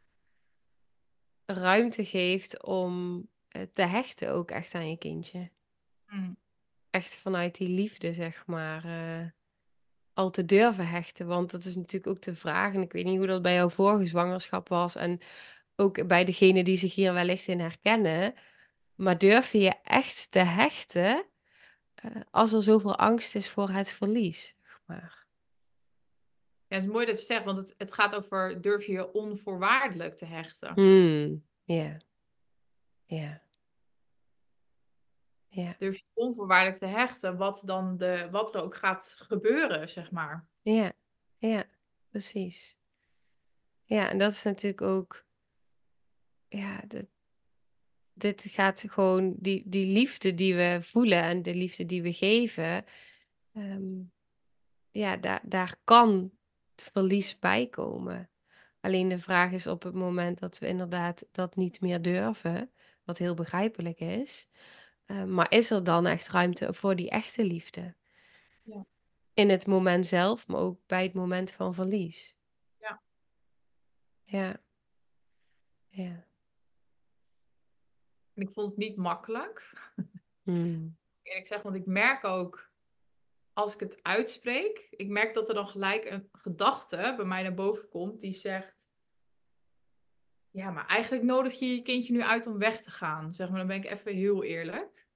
Speaker 1: ruimte geeft om eh, te hechten ook echt aan je kindje.
Speaker 2: Mm.
Speaker 1: Echt vanuit die liefde, zeg maar, eh, al te durven hechten. Want dat is natuurlijk ook de vraag, en ik weet niet hoe dat bij jouw vorige zwangerschap was, en ook bij degene die zich hier wellicht in herkennen, maar durf je je echt te hechten eh, als er zoveel angst is voor het verlies, zeg maar.
Speaker 2: Ja, het is mooi dat je zegt, want het, het gaat over durf je je onvoorwaardelijk te hechten.
Speaker 1: Hmm, ja, ja, ja,
Speaker 2: Durf je onvoorwaardelijk te hechten, wat, dan de, wat er ook gaat gebeuren, zeg maar.
Speaker 1: ja, ja, precies. Ja, en dat is natuurlijk ook, ja, dit, dit gaat gewoon, die, die liefde die we voelen en de liefde die we geven, ehm, ja, daar, daar kan het verlies bij komen. Alleen de vraag is op het moment dat we inderdaad dat niet meer durven, wat heel begrijpelijk is, eh, maar is er dan echt ruimte voor die echte liefde?
Speaker 2: Ja.
Speaker 1: In het moment zelf, maar ook bij het moment van verlies.
Speaker 2: Ja.
Speaker 1: Ja, ja.
Speaker 2: En ik vond het niet makkelijk,
Speaker 1: Hmm.
Speaker 2: eerlijk gezegd, want ik merk ook, als ik het uitspreek, ik merk dat er dan gelijk een gedachte bij mij naar boven komt die zegt, ja, maar eigenlijk nodig je je kindje nu uit om weg te gaan. Zeg maar, dan ben ik even heel eerlijk.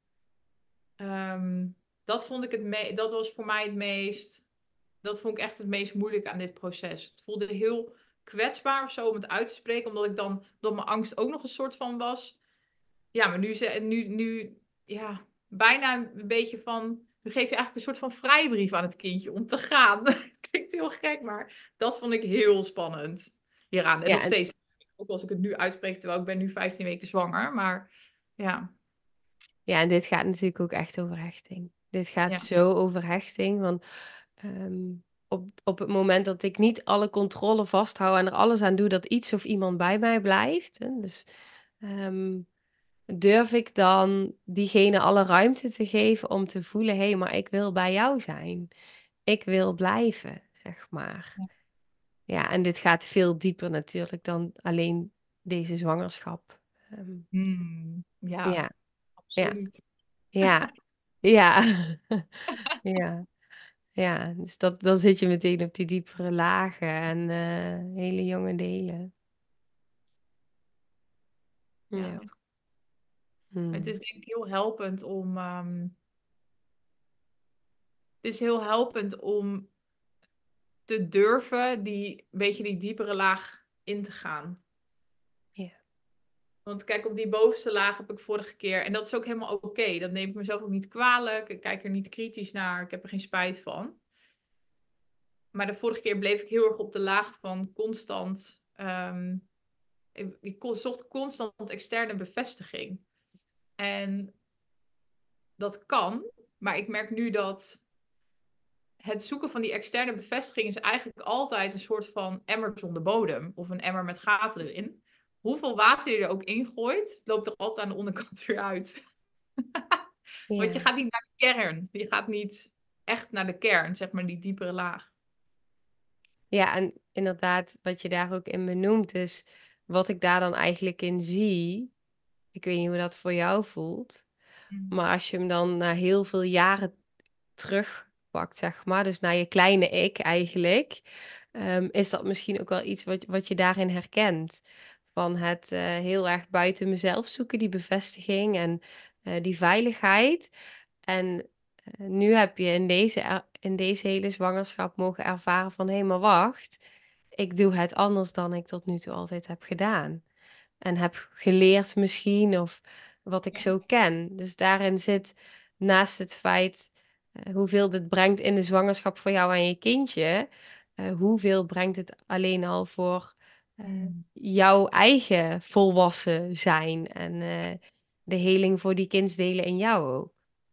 Speaker 2: Ehm, dat vond ik het me dat was voor mij het meest, dat vond ik echt het meest moeilijk aan dit proces. Het voelde heel kwetsbaar of zo om het uit te spreken, omdat ik dan, dat mijn angst ook nog een soort van was. Ja, maar nu, ze, nu, nu ja, bijna een beetje van, nu geef je eigenlijk een soort van vrijbrief aan het kindje om te gaan. Klinkt heel gek, maar dat vond ik heel spannend hieraan. En
Speaker 1: Ja,
Speaker 2: nog
Speaker 1: en,
Speaker 2: steeds, ook als ik het nu uitspreek, terwijl ik ben nu vijftien weken zwanger, maar ja,
Speaker 1: ja, en dit gaat natuurlijk ook echt over hechting. Dit gaat
Speaker 2: ja.
Speaker 1: zo over hechting, want ehm, op, op het moment dat ik niet alle controle vasthoud en er alles aan doe dat iets of iemand bij mij blijft, hè, dus ehm, durf ik dan diegene alle ruimte te geven om te voelen, hé, maar ik wil bij jou zijn. Ik wil blijven, zeg maar. Ja, en dit gaat veel dieper natuurlijk dan alleen deze zwangerschap. Ehm,
Speaker 2: Hmm, ja,
Speaker 1: ja, ja,
Speaker 2: absoluut.
Speaker 1: ja, ja, ja, ja. Dus dat, dan zit je meteen op die diepere lagen en eh, hele jonge delen.
Speaker 2: Ja,
Speaker 1: Ja.
Speaker 2: het, het
Speaker 1: Hmm.
Speaker 2: is denk ik heel helpend om, ehm, het is heel helpend om te durven die, een beetje die diepere laag in te gaan.
Speaker 1: Ja,
Speaker 2: Want kijk, op die bovenste laag heb ik vorige keer, en dat is ook helemaal oké, dat neem ik mezelf ook niet kwalijk, ik kijk er niet kritisch naar, ik heb er geen spijt van. Maar de vorige keer bleef ik heel erg op de laag van constant, ehm, ik, ik zocht constant externe bevestiging. En dat kan, maar ik merk nu dat het zoeken van die externe bevestiging is eigenlijk altijd een soort van emmer zonder bodem. Of een emmer met gaten erin. Hoeveel water je er ook ingooit, loopt er altijd aan de onderkant weer uit. Want je
Speaker 1: ja.
Speaker 2: gaat niet naar de kern. Je gaat niet echt naar de kern, zeg maar, die diepere laag.
Speaker 1: Ja, en inderdaad, wat je daar ook in benoemt, is wat ik daar dan eigenlijk in zie. Ik weet niet hoe dat voor jou voelt.
Speaker 2: Mm.
Speaker 1: Maar als je hem dan na heel veel jaren terugpakt, zeg maar, dus naar je kleine ik eigenlijk, ehm, is dat misschien ook wel iets wat, wat je daarin herkent. van het uh, heel erg buiten mezelf zoeken, die bevestiging en uh, die veiligheid. En uh, nu heb je in deze, er- in deze hele zwangerschap mogen ervaren van, hé, maar wacht, ik doe het anders dan ik tot nu toe altijd heb gedaan. En heb geleerd misschien, of wat ik
Speaker 2: Ja.
Speaker 1: zo ken. Dus daarin zit naast het feit uh, hoeveel dit brengt in de zwangerschap voor jou en je kindje, uh, hoeveel brengt het alleen al voor uh,
Speaker 2: Mm.
Speaker 1: jouw eigen volwassen zijn en uh, de heling voor die kindsdelen in jou ook.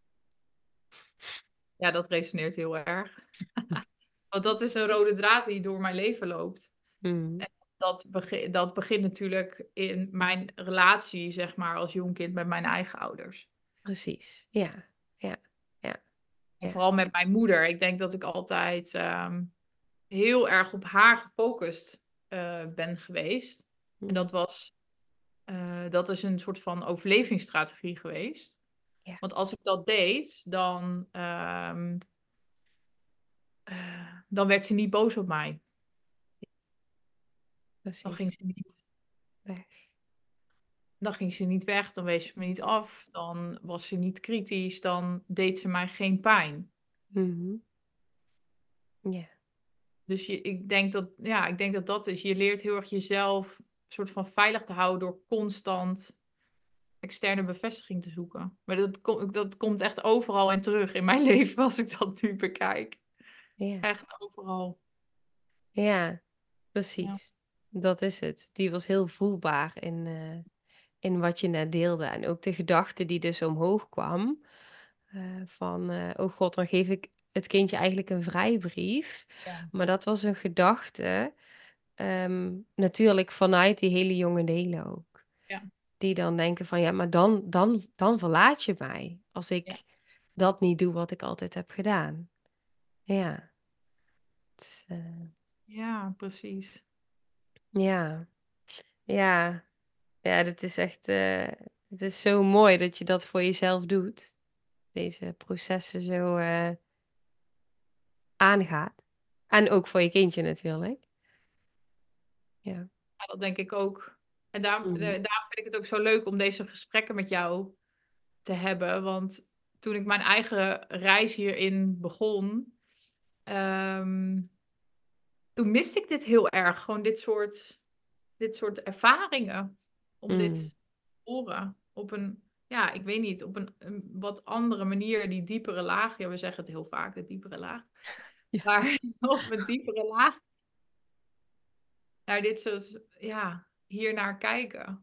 Speaker 2: Ja, dat resoneert heel erg. Want dat is een rode draad die door mijn leven loopt.
Speaker 1: Mm,
Speaker 2: En dat, begi- dat begint natuurlijk in mijn relatie, zeg maar, als jong kind met mijn eigen ouders.
Speaker 1: precies, ja, ja, ja,
Speaker 2: En
Speaker 1: ja.
Speaker 2: vooral met mijn moeder. Ik denk dat ik altijd ehm, heel erg op haar gefocust eh, ben geweest. En
Speaker 1: Mm,
Speaker 2: dat was, eh, dat is een soort van overlevingsstrategie geweest.
Speaker 1: ja,
Speaker 2: Want als ik dat deed, dan, ehm, eh, dan werd ze niet boos op mij. Dan ging
Speaker 1: precies.
Speaker 2: ze niet,
Speaker 1: Weg.
Speaker 2: dan ging ze niet weg, dan wees ze me niet af, dan was ze niet kritisch, dan deed ze mij geen pijn.
Speaker 1: Mhm, ja,
Speaker 2: Dus je, ik denk dat, ja, ik denk dat dat is. Je leert heel erg jezelf een soort van veilig te houden door constant externe bevestiging te zoeken. Maar dat, kom- dat komt echt overal in terug in mijn leven als ik dat nu bekijk.
Speaker 1: ja,
Speaker 2: Echt overal.
Speaker 1: ja,
Speaker 2: Ja.
Speaker 1: precies. Dat is het. Die was heel voelbaar in, eh, in wat je net deelde. En ook de gedachte die dus omhoog kwam. eh, van, eh, oh god, dan geef ik het kindje eigenlijk een vrijbrief.
Speaker 2: Ja.
Speaker 1: Maar dat was een gedachte, ehm, natuurlijk vanuit die hele jonge delen ook.
Speaker 2: Ja.
Speaker 1: Die dan denken van, ja, maar dan, dan, dan verlaat je mij. Als
Speaker 2: Ja.
Speaker 1: ik dat niet doe wat ik altijd heb gedaan. Ja, het is, eh,
Speaker 2: Ja, precies.
Speaker 1: ja, ja. Ja, dat is echt, eh, het is zo mooi dat je dat voor jezelf doet. Deze processen zo eh, aangaat. En ook voor je kindje natuurlijk. Ja.
Speaker 2: Ja, dat denk ik ook. En daarom, eh,
Speaker 1: Mhm.
Speaker 2: daarom vind ik het ook zo leuk om deze gesprekken met jou te hebben. Want toen ik mijn eigen reis hierin begon, ehm, toen miste ik dit heel erg. Gewoon dit soort, dit soort ervaringen. Om dit
Speaker 1: Mm.
Speaker 2: te horen. Op een, ja, ik weet niet, op een, een wat andere manier. Die diepere laag. Ja, we zeggen het heel vaak, de diepere laag.
Speaker 1: Ja.
Speaker 2: Maar op een diepere laag naar dit soort, ja, hier naar kijken.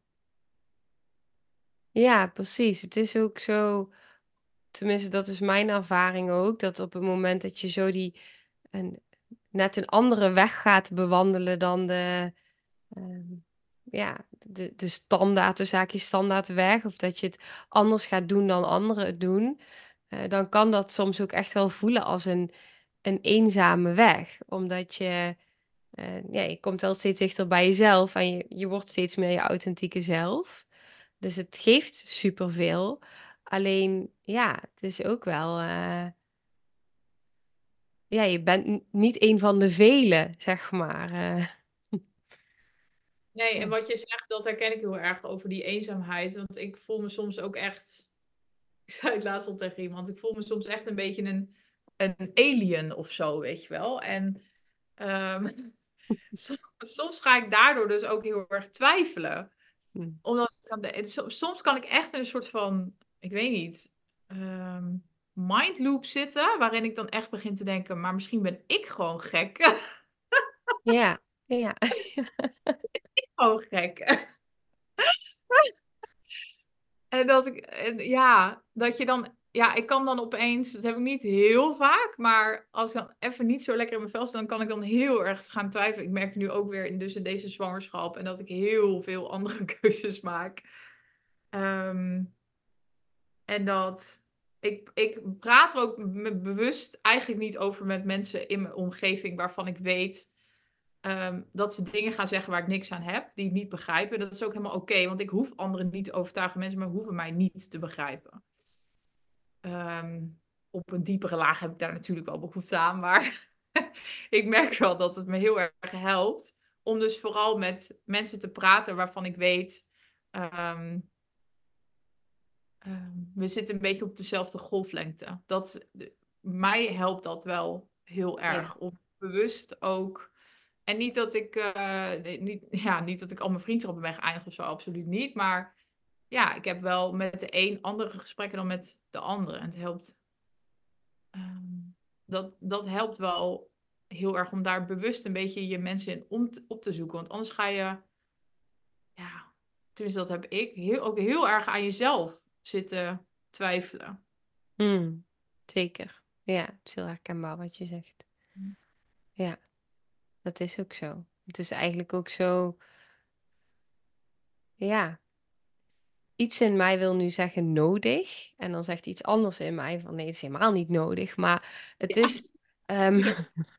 Speaker 1: Ja, precies. Het is ook zo, tenminste, dat is mijn ervaring ook, dat op het moment dat je zo die een, net een andere weg gaat bewandelen dan de, ehm, ja, de, de standaard, de zaakjes standaard weg, of dat je het anders gaat doen dan anderen het doen, eh, dan kan dat soms ook echt wel voelen als een, een eenzame weg. Omdat je, eh, ja, je komt wel steeds dichter bij jezelf en je, je wordt steeds meer je authentieke zelf. Dus het geeft superveel. Alleen, ja, het is ook wel, eh, ja, je bent n- niet een van de velen, zeg maar. eh.
Speaker 2: Nee, en
Speaker 1: Ja.
Speaker 2: wat je zegt, dat herken ik heel erg over die eenzaamheid. Want ik voel me soms ook echt. Ik zei het laatst al tegen iemand. Ik voel me soms echt een beetje een, een alien of zo, weet je wel. En ehm, soms, soms ga ik daardoor dus ook heel erg twijfelen.
Speaker 1: Hm.
Speaker 2: Omdat ik aan de- so- soms kan ik echt in een soort van, ik weet niet, ehm mindloop zitten. Waarin ik dan echt begin te denken, maar misschien ben ik gewoon gek.
Speaker 1: Ja, ja.
Speaker 2: Gewoon gek. En dat ik, en ja, dat je dan, ja, ik kan dan opeens, dat heb ik niet heel vaak, maar als ik dan even niet zo lekker in mijn vel sta, dan kan ik dan heel erg gaan twijfelen. Ik merk nu ook weer in, dus in deze zwangerschap en dat ik heel veel andere keuzes maak. Ehm, en dat ik, ik praat er ook me bewust eigenlijk niet over met mensen in mijn omgeving waarvan ik weet ehm, dat ze dingen gaan zeggen waar ik niks aan heb, die ik niet begrijpen. Dat is ook helemaal oké, want ik hoef anderen niet te overtuigen. Mensen maar hoeven mij niet te begrijpen. Ehm, op een diepere laag heb ik daar natuurlijk wel behoefte aan, maar ik merk wel dat het me heel erg helpt om dus vooral met mensen te praten waarvan ik weet, ehm, ehm, we zitten een beetje op dezelfde golflengte. Dat, mij helpt dat wel heel
Speaker 1: Ja.
Speaker 2: erg om bewust ook. En niet dat ik, eh, nee, niet, ja, niet dat ik al mijn vriendschappen ben geëindigd of zo, absoluut niet. Maar ja, ik heb wel met de een andere gesprekken dan met de andere. En het helpt, ehm, dat, dat helpt wel heel erg om daar bewust een beetje je mensen in om te- op te zoeken. Want anders ga je, ja, tenminste dat heb ik, heel, ook heel erg aan jezelf zitten twijfelen.
Speaker 1: Mm, zeker. Ja, het is heel herkenbaar wat je zegt. Ja, dat is ook zo. Het is eigenlijk ook zo, ja, iets in mij wil nu zeggen nodig. En dan zegt iets anders in mij van nee, het is helemaal niet nodig. Maar het
Speaker 2: Ja,
Speaker 1: is, ehm,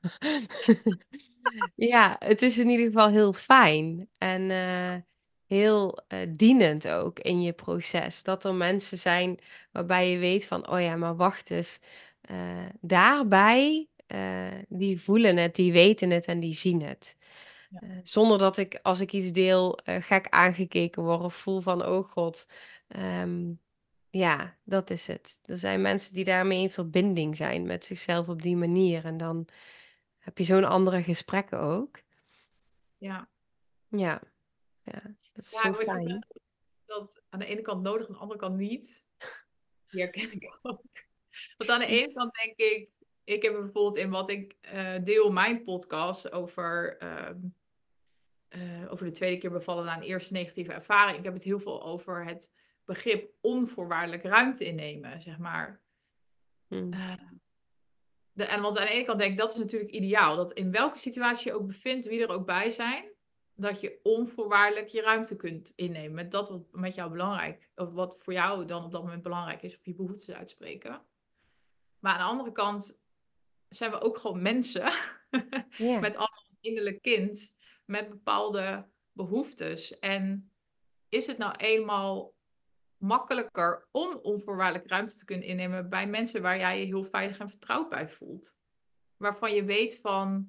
Speaker 1: ja, het is in ieder geval heel fijn en eh, heel eh, dienend ook in je proces. Dat er mensen zijn waarbij je weet van, oh ja, maar wacht eens, eh, daarbij, eh, die voelen het, die weten het en die zien het.
Speaker 2: ja,
Speaker 1: Eh, zonder dat ik, als ik iets deel, eh, gek aangekeken word of voel van, oh god. Ehm, ja, dat is het. Er zijn mensen die daarmee in verbinding zijn met zichzelf op die manier. En dan heb je zo'n andere gesprekken ook.
Speaker 2: ja.
Speaker 1: Ja, ja, dat is zo
Speaker 2: Ja, wat je
Speaker 1: fijn.
Speaker 2: zegt, dat aan de ene kant nodig, aan de andere kant niet. Die herken ik ook. Want aan de ene kant denk ik, ik heb bijvoorbeeld in wat ik eh, deel mijn podcast over, ehm, eh, over de tweede keer bevallen na een eerste negatieve ervaring. Ik heb het heel veel over het begrip onvoorwaardelijk ruimte innemen, zeg maar.
Speaker 1: Hm.
Speaker 2: Eh, de, en want aan de ene kant denk ik, dat is natuurlijk ideaal. Dat in welke situatie je ook bevindt, wie er ook bij zijn, dat je onvoorwaardelijk je ruimte kunt innemen. Met dat wat met jou belangrijk, of wat voor jou dan op dat moment belangrijk is, of je behoeftes uitspreken. Maar aan de andere kant zijn we ook gewoon mensen.
Speaker 1: Ja,
Speaker 2: Met allemaal een innerlijk kind. Met bepaalde behoeftes. En is het nou eenmaal makkelijker om onvoorwaardelijk ruimte te kunnen innemen bij mensen waar jij je heel veilig en vertrouwd bij voelt? Waarvan je weet van,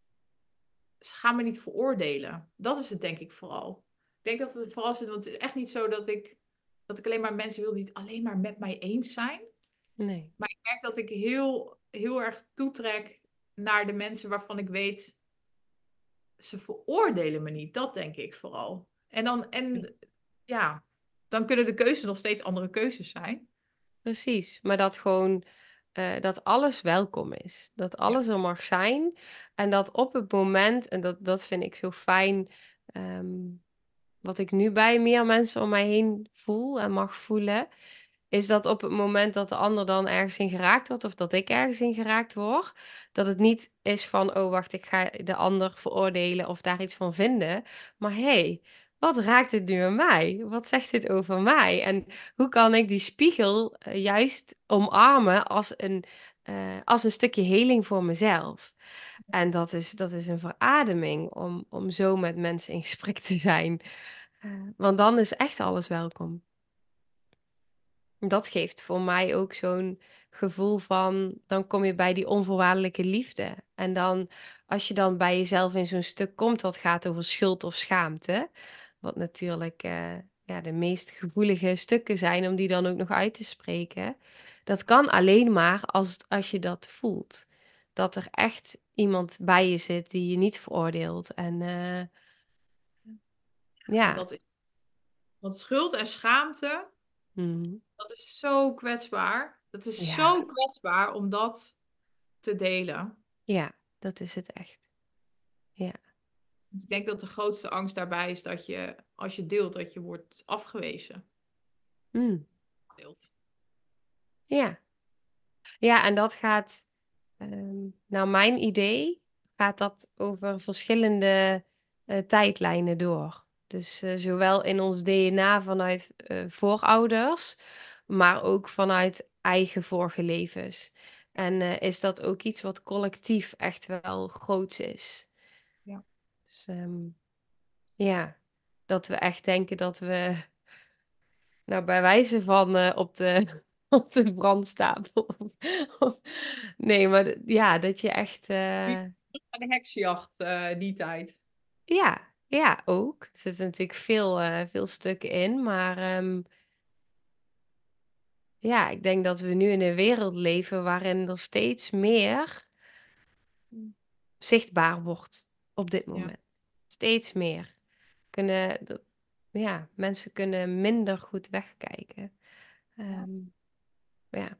Speaker 2: ze gaan me niet veroordelen. Dat is het denk ik vooral. Ik denk dat het vooral zit, want het is echt niet zo dat ik, dat ik alleen maar mensen wil die het alleen maar met mij eens zijn.
Speaker 1: nee,
Speaker 2: Maar ik merk dat ik heel, heel erg toetrek naar de mensen waarvan ik weet, ze veroordelen me niet. Dat denk ik vooral. En dan, en ja, dan kunnen de keuzes nog steeds andere keuzes zijn.
Speaker 1: precies. Maar dat gewoon, eh, dat alles welkom is. Dat
Speaker 2: Ja,
Speaker 1: alles er mag zijn. En dat op het moment, en dat, dat vind ik zo fijn, ehm, wat ik nu bij meer mensen om mij heen voel en mag voelen, is dat op het moment dat de ander dan ergens in geraakt wordt, of dat ik ergens in geraakt word, dat het niet is van, oh wacht, ik ga de ander veroordelen of daar iets van vinden. Maar hé, hey, wat raakt dit nu aan mij? Wat zegt dit over mij? En hoe kan ik die spiegel eh, juist omarmen als een, eh, als een stukje heling voor mezelf? En dat is, dat is een verademing om, om zo met mensen in gesprek te zijn. Eh, want dan is echt alles welkom. Dat geeft voor mij ook zo'n gevoel van, dan kom je bij die onvoorwaardelijke liefde. En dan, als je dan bij jezelf in zo'n stuk komt wat gaat over schuld of schaamte, wat natuurlijk eh, ja, de meest gevoelige stukken zijn om die dan ook nog uit te spreken. Dat kan alleen maar als, als je dat voelt. Dat er echt iemand bij je zit die je niet veroordeelt. En eh,
Speaker 2: en
Speaker 1: ja,
Speaker 2: dat is, want schuld en schaamte,
Speaker 1: mhm.
Speaker 2: dat is zo kwetsbaar. Dat is
Speaker 1: Ja,
Speaker 2: zo kwetsbaar om dat te delen.
Speaker 1: ja, dat is het echt. Ja.
Speaker 2: Ik denk dat de grootste angst daarbij is dat je, als je deelt, dat je wordt afgewezen.
Speaker 1: Mm.
Speaker 2: Deelt.
Speaker 1: Ja. Ja, en dat gaat, ehm, nou, mijn idee gaat dat over verschillende eh, tijdlijnen door. Dus eh, zowel in ons D N A vanuit eh, voorouders, maar ook vanuit eigen vorige levens. En eh, is dat ook iets wat collectief echt wel groots is.
Speaker 2: Ja.
Speaker 1: Dus ehm, ja, dat we echt denken dat we, nou, bij wijze van eh, op de, op de brandstapel. Of- nee, maar d- ja, dat je echt.
Speaker 2: Niet
Speaker 1: eh,
Speaker 2: aan de heksjacht, eh, die tijd.
Speaker 1: ja, ja, ook. Er zitten natuurlijk veel, eh, veel stukken in, maar ehm, ja, ik denk dat we nu in een wereld leven waarin er steeds meer zichtbaar wordt op dit
Speaker 2: Ja.
Speaker 1: moment. Steeds meer. Kunnen, de- ja, mensen kunnen minder goed wegkijken.
Speaker 2: Ja.
Speaker 1: Ehm, ja.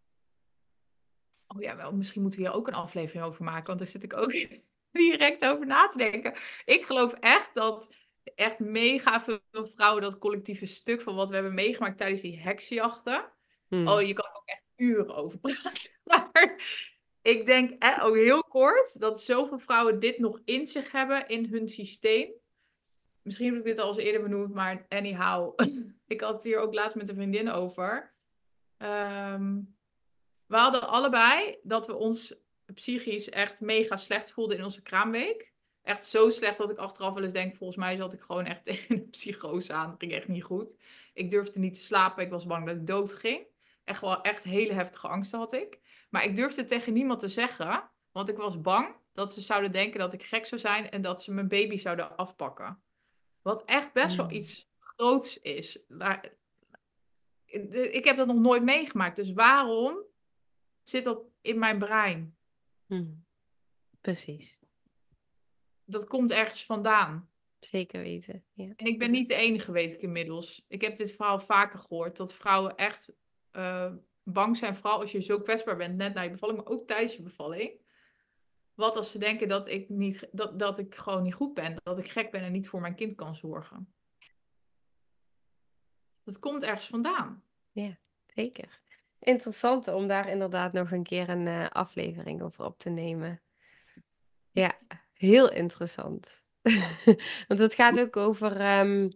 Speaker 2: Oh ja, wel, misschien moeten we hier ook een aflevering over maken, want daar zit ik ook direct over na te denken. Ik geloof echt dat echt mega veel vrouwen dat collectieve stuk van wat we hebben meegemaakt tijdens die heksjachten. Oh,
Speaker 1: Hmm.
Speaker 2: je kan er ook echt uren over praten. Maar ik denk eh, ook heel kort dat zoveel vrouwen dit nog in zich hebben in hun systeem. Misschien heb ik dit al eens eerder benoemd, maar anyhow. Ik had het hier ook laatst met een vriendin over. Ehm, we hadden allebei dat we ons psychisch echt mega slecht voelden in onze kraamweek. Echt zo slecht dat ik achteraf wel eens denk, volgens mij zat ik gewoon echt tegen een psychose aan. Dat ging echt niet goed. Ik durfde niet te slapen. Ik was bang dat ik dood ging. Echt wel echt hele heftige angsten had ik. Maar ik durfde het tegen niemand te zeggen, want ik was bang dat ze zouden denken dat ik gek zou zijn en dat ze mijn baby zouden afpakken. Wat echt best wel
Speaker 1: Hmm.
Speaker 2: iets groots is. Maar ik heb dat nog nooit meegemaakt. Dus waarom zit dat in mijn brein?
Speaker 1: Hmm. Precies.
Speaker 2: Dat komt ergens vandaan.
Speaker 1: Zeker weten. Ja.
Speaker 2: En ik ben niet de enige, weet ik inmiddels. Ik heb dit verhaal vaker gehoord, dat vrouwen echt eh, bang zijn, vooral als je zo kwetsbaar bent, net na je bevalling, maar ook tijdens je bevalling. Wat als ze denken dat ik, niet, dat, dat ik gewoon niet goed ben, dat ik gek ben en niet voor mijn kind kan zorgen. Dat komt ergens vandaan.
Speaker 1: Ja, zeker. Interessant om daar inderdaad nog een keer een eh, aflevering over op te nemen. Ja, heel interessant. Want het gaat ook over, ehm,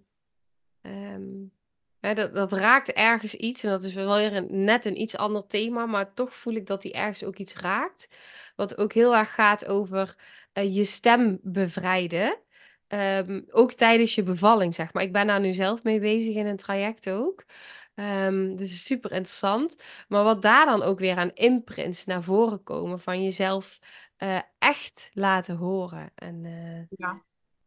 Speaker 1: ehm, hè, dat, dat raakt ergens iets en dat is wel weer een, net een iets ander thema, maar toch voel ik dat die ergens ook iets raakt. Wat ook heel erg gaat over eh, je stem bevrijden. Ehm, ook tijdens je bevalling, zeg maar. Ik ben daar nu zelf mee bezig in een traject ook. Ehm, dus super interessant. Maar wat daar dan ook weer aan imprints naar voren komen van jezelf eh, echt laten horen. En eh,
Speaker 2: Ja.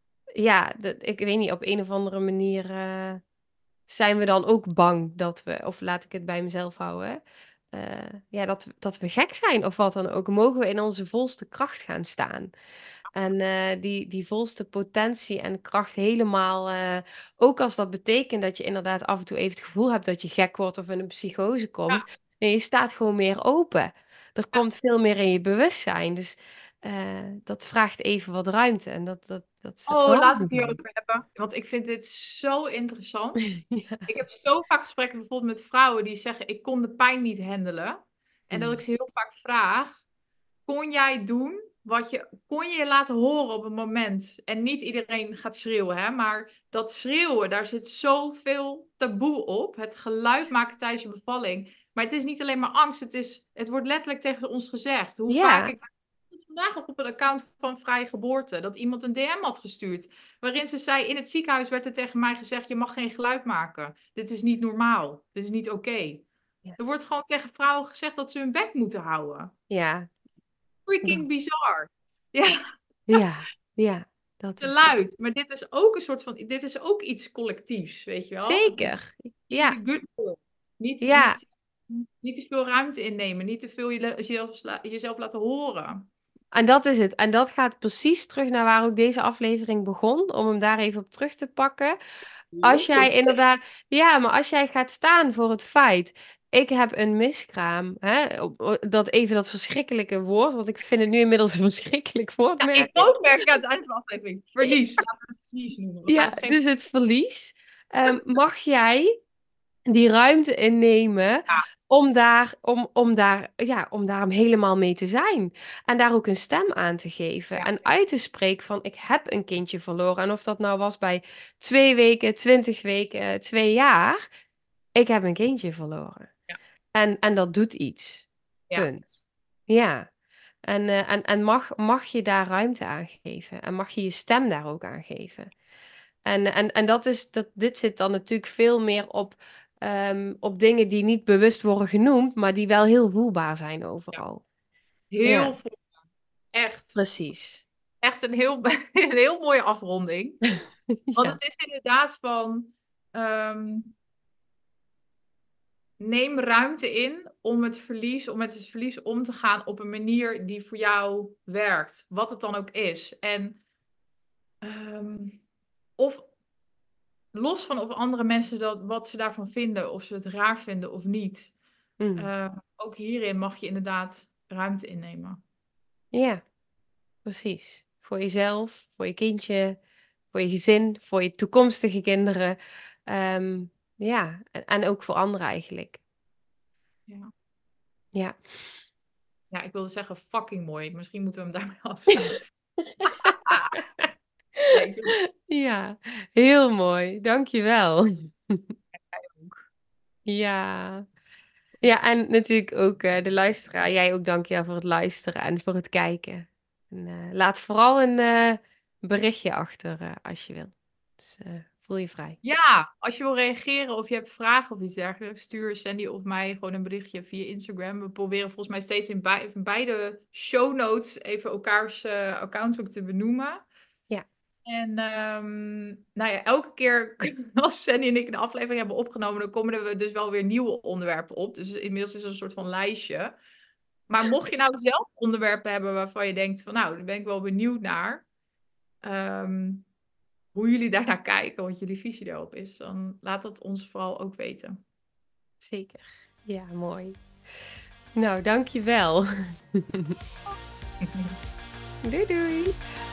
Speaker 1: ja, dat, ik weet niet, op een of andere manier eh, zijn we dan ook bang dat we, of laat ik het bij mezelf houden, eh, ja, dat, dat we gek zijn of wat dan ook. Mogen we in onze volste kracht gaan staan? En eh, die, die volste potentie en kracht helemaal, eh, ook als dat betekent dat je inderdaad af en toe even het gevoel hebt dat je gek wordt of in een psychose
Speaker 2: Ja.
Speaker 1: komt. En je staat gewoon meer open. Er
Speaker 2: Ja.
Speaker 1: komt veel meer in je bewustzijn. Dus eh, dat vraagt even wat ruimte en dat, dat, dat zet van
Speaker 2: Oh,
Speaker 1: alles
Speaker 2: laten
Speaker 1: in
Speaker 2: we het
Speaker 1: gang.
Speaker 2: hierover hebben. Want ik vind dit zo interessant.
Speaker 1: Ja.
Speaker 2: Ik heb zo vaak gesprekken bijvoorbeeld met vrouwen die zeggen: ik kon de pijn niet handelen. En dat ik
Speaker 1: Mm.
Speaker 2: ze heel vaak vraag: kon jij doen wat je, kon je je laten horen op een moment? En niet iedereen gaat schreeuwen, hè? Maar dat schreeuwen, daar zit zoveel taboe op. Het geluid maken tijdens je bevalling. Maar het is niet alleen maar angst, het, is, het wordt letterlijk tegen ons gezegd. Hoe vaak
Speaker 1: Ja,
Speaker 2: ik vandaag nog op een account van Vrije Geboorte dat iemand een D M had gestuurd. Waarin ze zei: in het ziekenhuis werd er tegen mij gezegd: je mag geen geluid maken. Dit is niet normaal. Dit is niet oké.
Speaker 1: ja,
Speaker 2: Er wordt gewoon tegen vrouwen gezegd dat ze hun bek moeten houden.
Speaker 1: ja,
Speaker 2: Freaking
Speaker 1: dat-
Speaker 2: bizar. Ja,
Speaker 1: ja, ja, dat
Speaker 2: te
Speaker 1: is het.
Speaker 2: luid. Maar dit is ook een soort van, dit is ook iets collectiefs, weet je wel?
Speaker 1: Zeker.
Speaker 2: Be
Speaker 1: Ja,
Speaker 2: the good girl. Niet,
Speaker 1: ja.
Speaker 2: niet, niet te veel ruimte innemen, niet te veel je, jezelf, jezelf laten horen.
Speaker 1: En dat is het. En dat gaat precies terug naar waar ook deze aflevering begon, om hem daar even op terug te pakken. Als jij
Speaker 2: Leuk.
Speaker 1: inderdaad, ja, maar als jij gaat staan voor het feit, ik heb een miskraam, hè, op- op- dat even dat verschrikkelijke woord, want ik vind het nu inmiddels een verschrikkelijk woord,
Speaker 2: Ja, ik
Speaker 1: merk ik.
Speaker 2: ook merk ik aan het einde van de aflevering. Verlies. Laten we het verlies noemen. We gaan
Speaker 1: Ja,
Speaker 2: het geen...
Speaker 1: dus het verlies. Ehm, mag jij die ruimte innemen
Speaker 2: Ja,
Speaker 1: om daar, om, om daar, ja, om daar helemaal mee te zijn. En daar ook een stem aan te geven.
Speaker 2: ja,
Speaker 1: En uit te spreken van ik heb een kindje verloren. En of dat nou was bij twee weken, twintig weken, twee jaar. Ik heb een kindje verloren.
Speaker 2: ja,
Speaker 1: En, en dat doet iets.
Speaker 2: ja,
Speaker 1: Punt. Ja. En, eh, en, en mag, mag je daar ruimte aan geven. En mag je je stem daar ook aan geven. En, en, en dat is, dat, dit zit dan natuurlijk veel meer op, ehm, op dingen die niet bewust worden genoemd, maar die wel heel voelbaar zijn
Speaker 2: ja.
Speaker 1: overal.
Speaker 2: Heel
Speaker 1: Ja,
Speaker 2: veel. Echt.
Speaker 1: precies.
Speaker 2: echt een heel, een heel mooie afronding. Want
Speaker 1: Ja.
Speaker 2: het is inderdaad van... Um, neem ruimte in om het verlies, om met het verlies om te gaan op een manier die voor jou werkt. Wat het dan ook is. En um, of los van of andere mensen dat, wat ze daarvan vinden, of ze het raar vinden of niet.
Speaker 1: Mm.
Speaker 2: Uh, ook hierin mag je inderdaad ruimte innemen.
Speaker 1: Ja, precies. Voor jezelf, voor je kindje, voor je gezin, voor je toekomstige kinderen. Um, ja, en, en ook voor anderen eigenlijk.
Speaker 2: Ja.
Speaker 1: Ja.
Speaker 2: Ja, ik wilde zeggen fucking mooi. Misschien moeten we hem daarmee afsluiten. Nee, ik wil...
Speaker 1: Ja, heel mooi. Dankjewel.
Speaker 2: Jij ook.
Speaker 1: Ja. Ja, en natuurlijk ook uh, de luisteraar. Jij ook dankjewel voor het luisteren en voor het kijken. En, uh, laat vooral een uh, berichtje achter uh, als je wil. Dus uh, voel je vrij.
Speaker 2: Ja, als je wil reageren of je hebt vragen of iets dergelijks, stuur Sandy of mij gewoon een berichtje via Instagram. We proberen volgens mij steeds in, bij, in beide show notes even elkaars uh, accounts ook te benoemen.
Speaker 1: Ja.
Speaker 2: En um, nou ja, elke keer als Sandy en ik een aflevering hebben opgenomen, dan komen er dus wel weer nieuwe onderwerpen op. Dus inmiddels is er een soort van lijstje. Maar mocht je nou zelf onderwerpen hebben waarvan je denkt van nou, daar ben ik wel benieuwd naar. Um, hoe jullie daarnaar kijken, wat jullie visie daarop is, dan laat dat ons vooral ook weten.
Speaker 1: Zeker. Ja, mooi. Nou, dankjewel. Doei doei.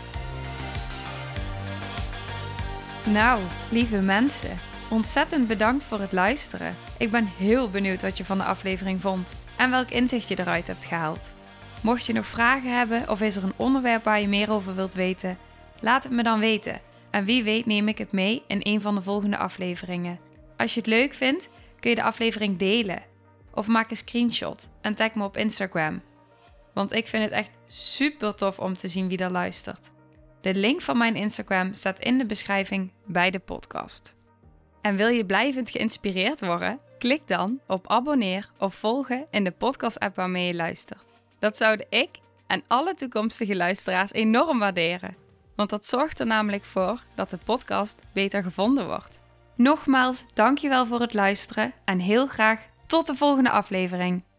Speaker 3: Nou, lieve mensen, ontzettend bedankt voor het luisteren. Ik ben heel benieuwd wat je van de aflevering vond en welk inzicht je eruit hebt gehaald. Mocht je nog vragen hebben of is er een onderwerp waar je meer over wilt weten, laat het me dan weten. En wie weet neem ik het mee in een van de volgende afleveringen. Als je het leuk vindt, kun je de aflevering delen. Of maak een screenshot en tag me op Instagram. Want ik vind het echt super tof om te zien wie er luistert. De link van mijn Instagram staat in de beschrijving bij de podcast. En wil je blijvend geïnspireerd worden? Klik dan op abonneer of volgen in de podcast-app waarmee je luistert. Dat zouden ik en alle toekomstige luisteraars enorm waarderen. Want dat zorgt er namelijk voor dat de podcast beter gevonden wordt. Nogmaals, dankjewel voor het luisteren en heel graag tot de volgende aflevering.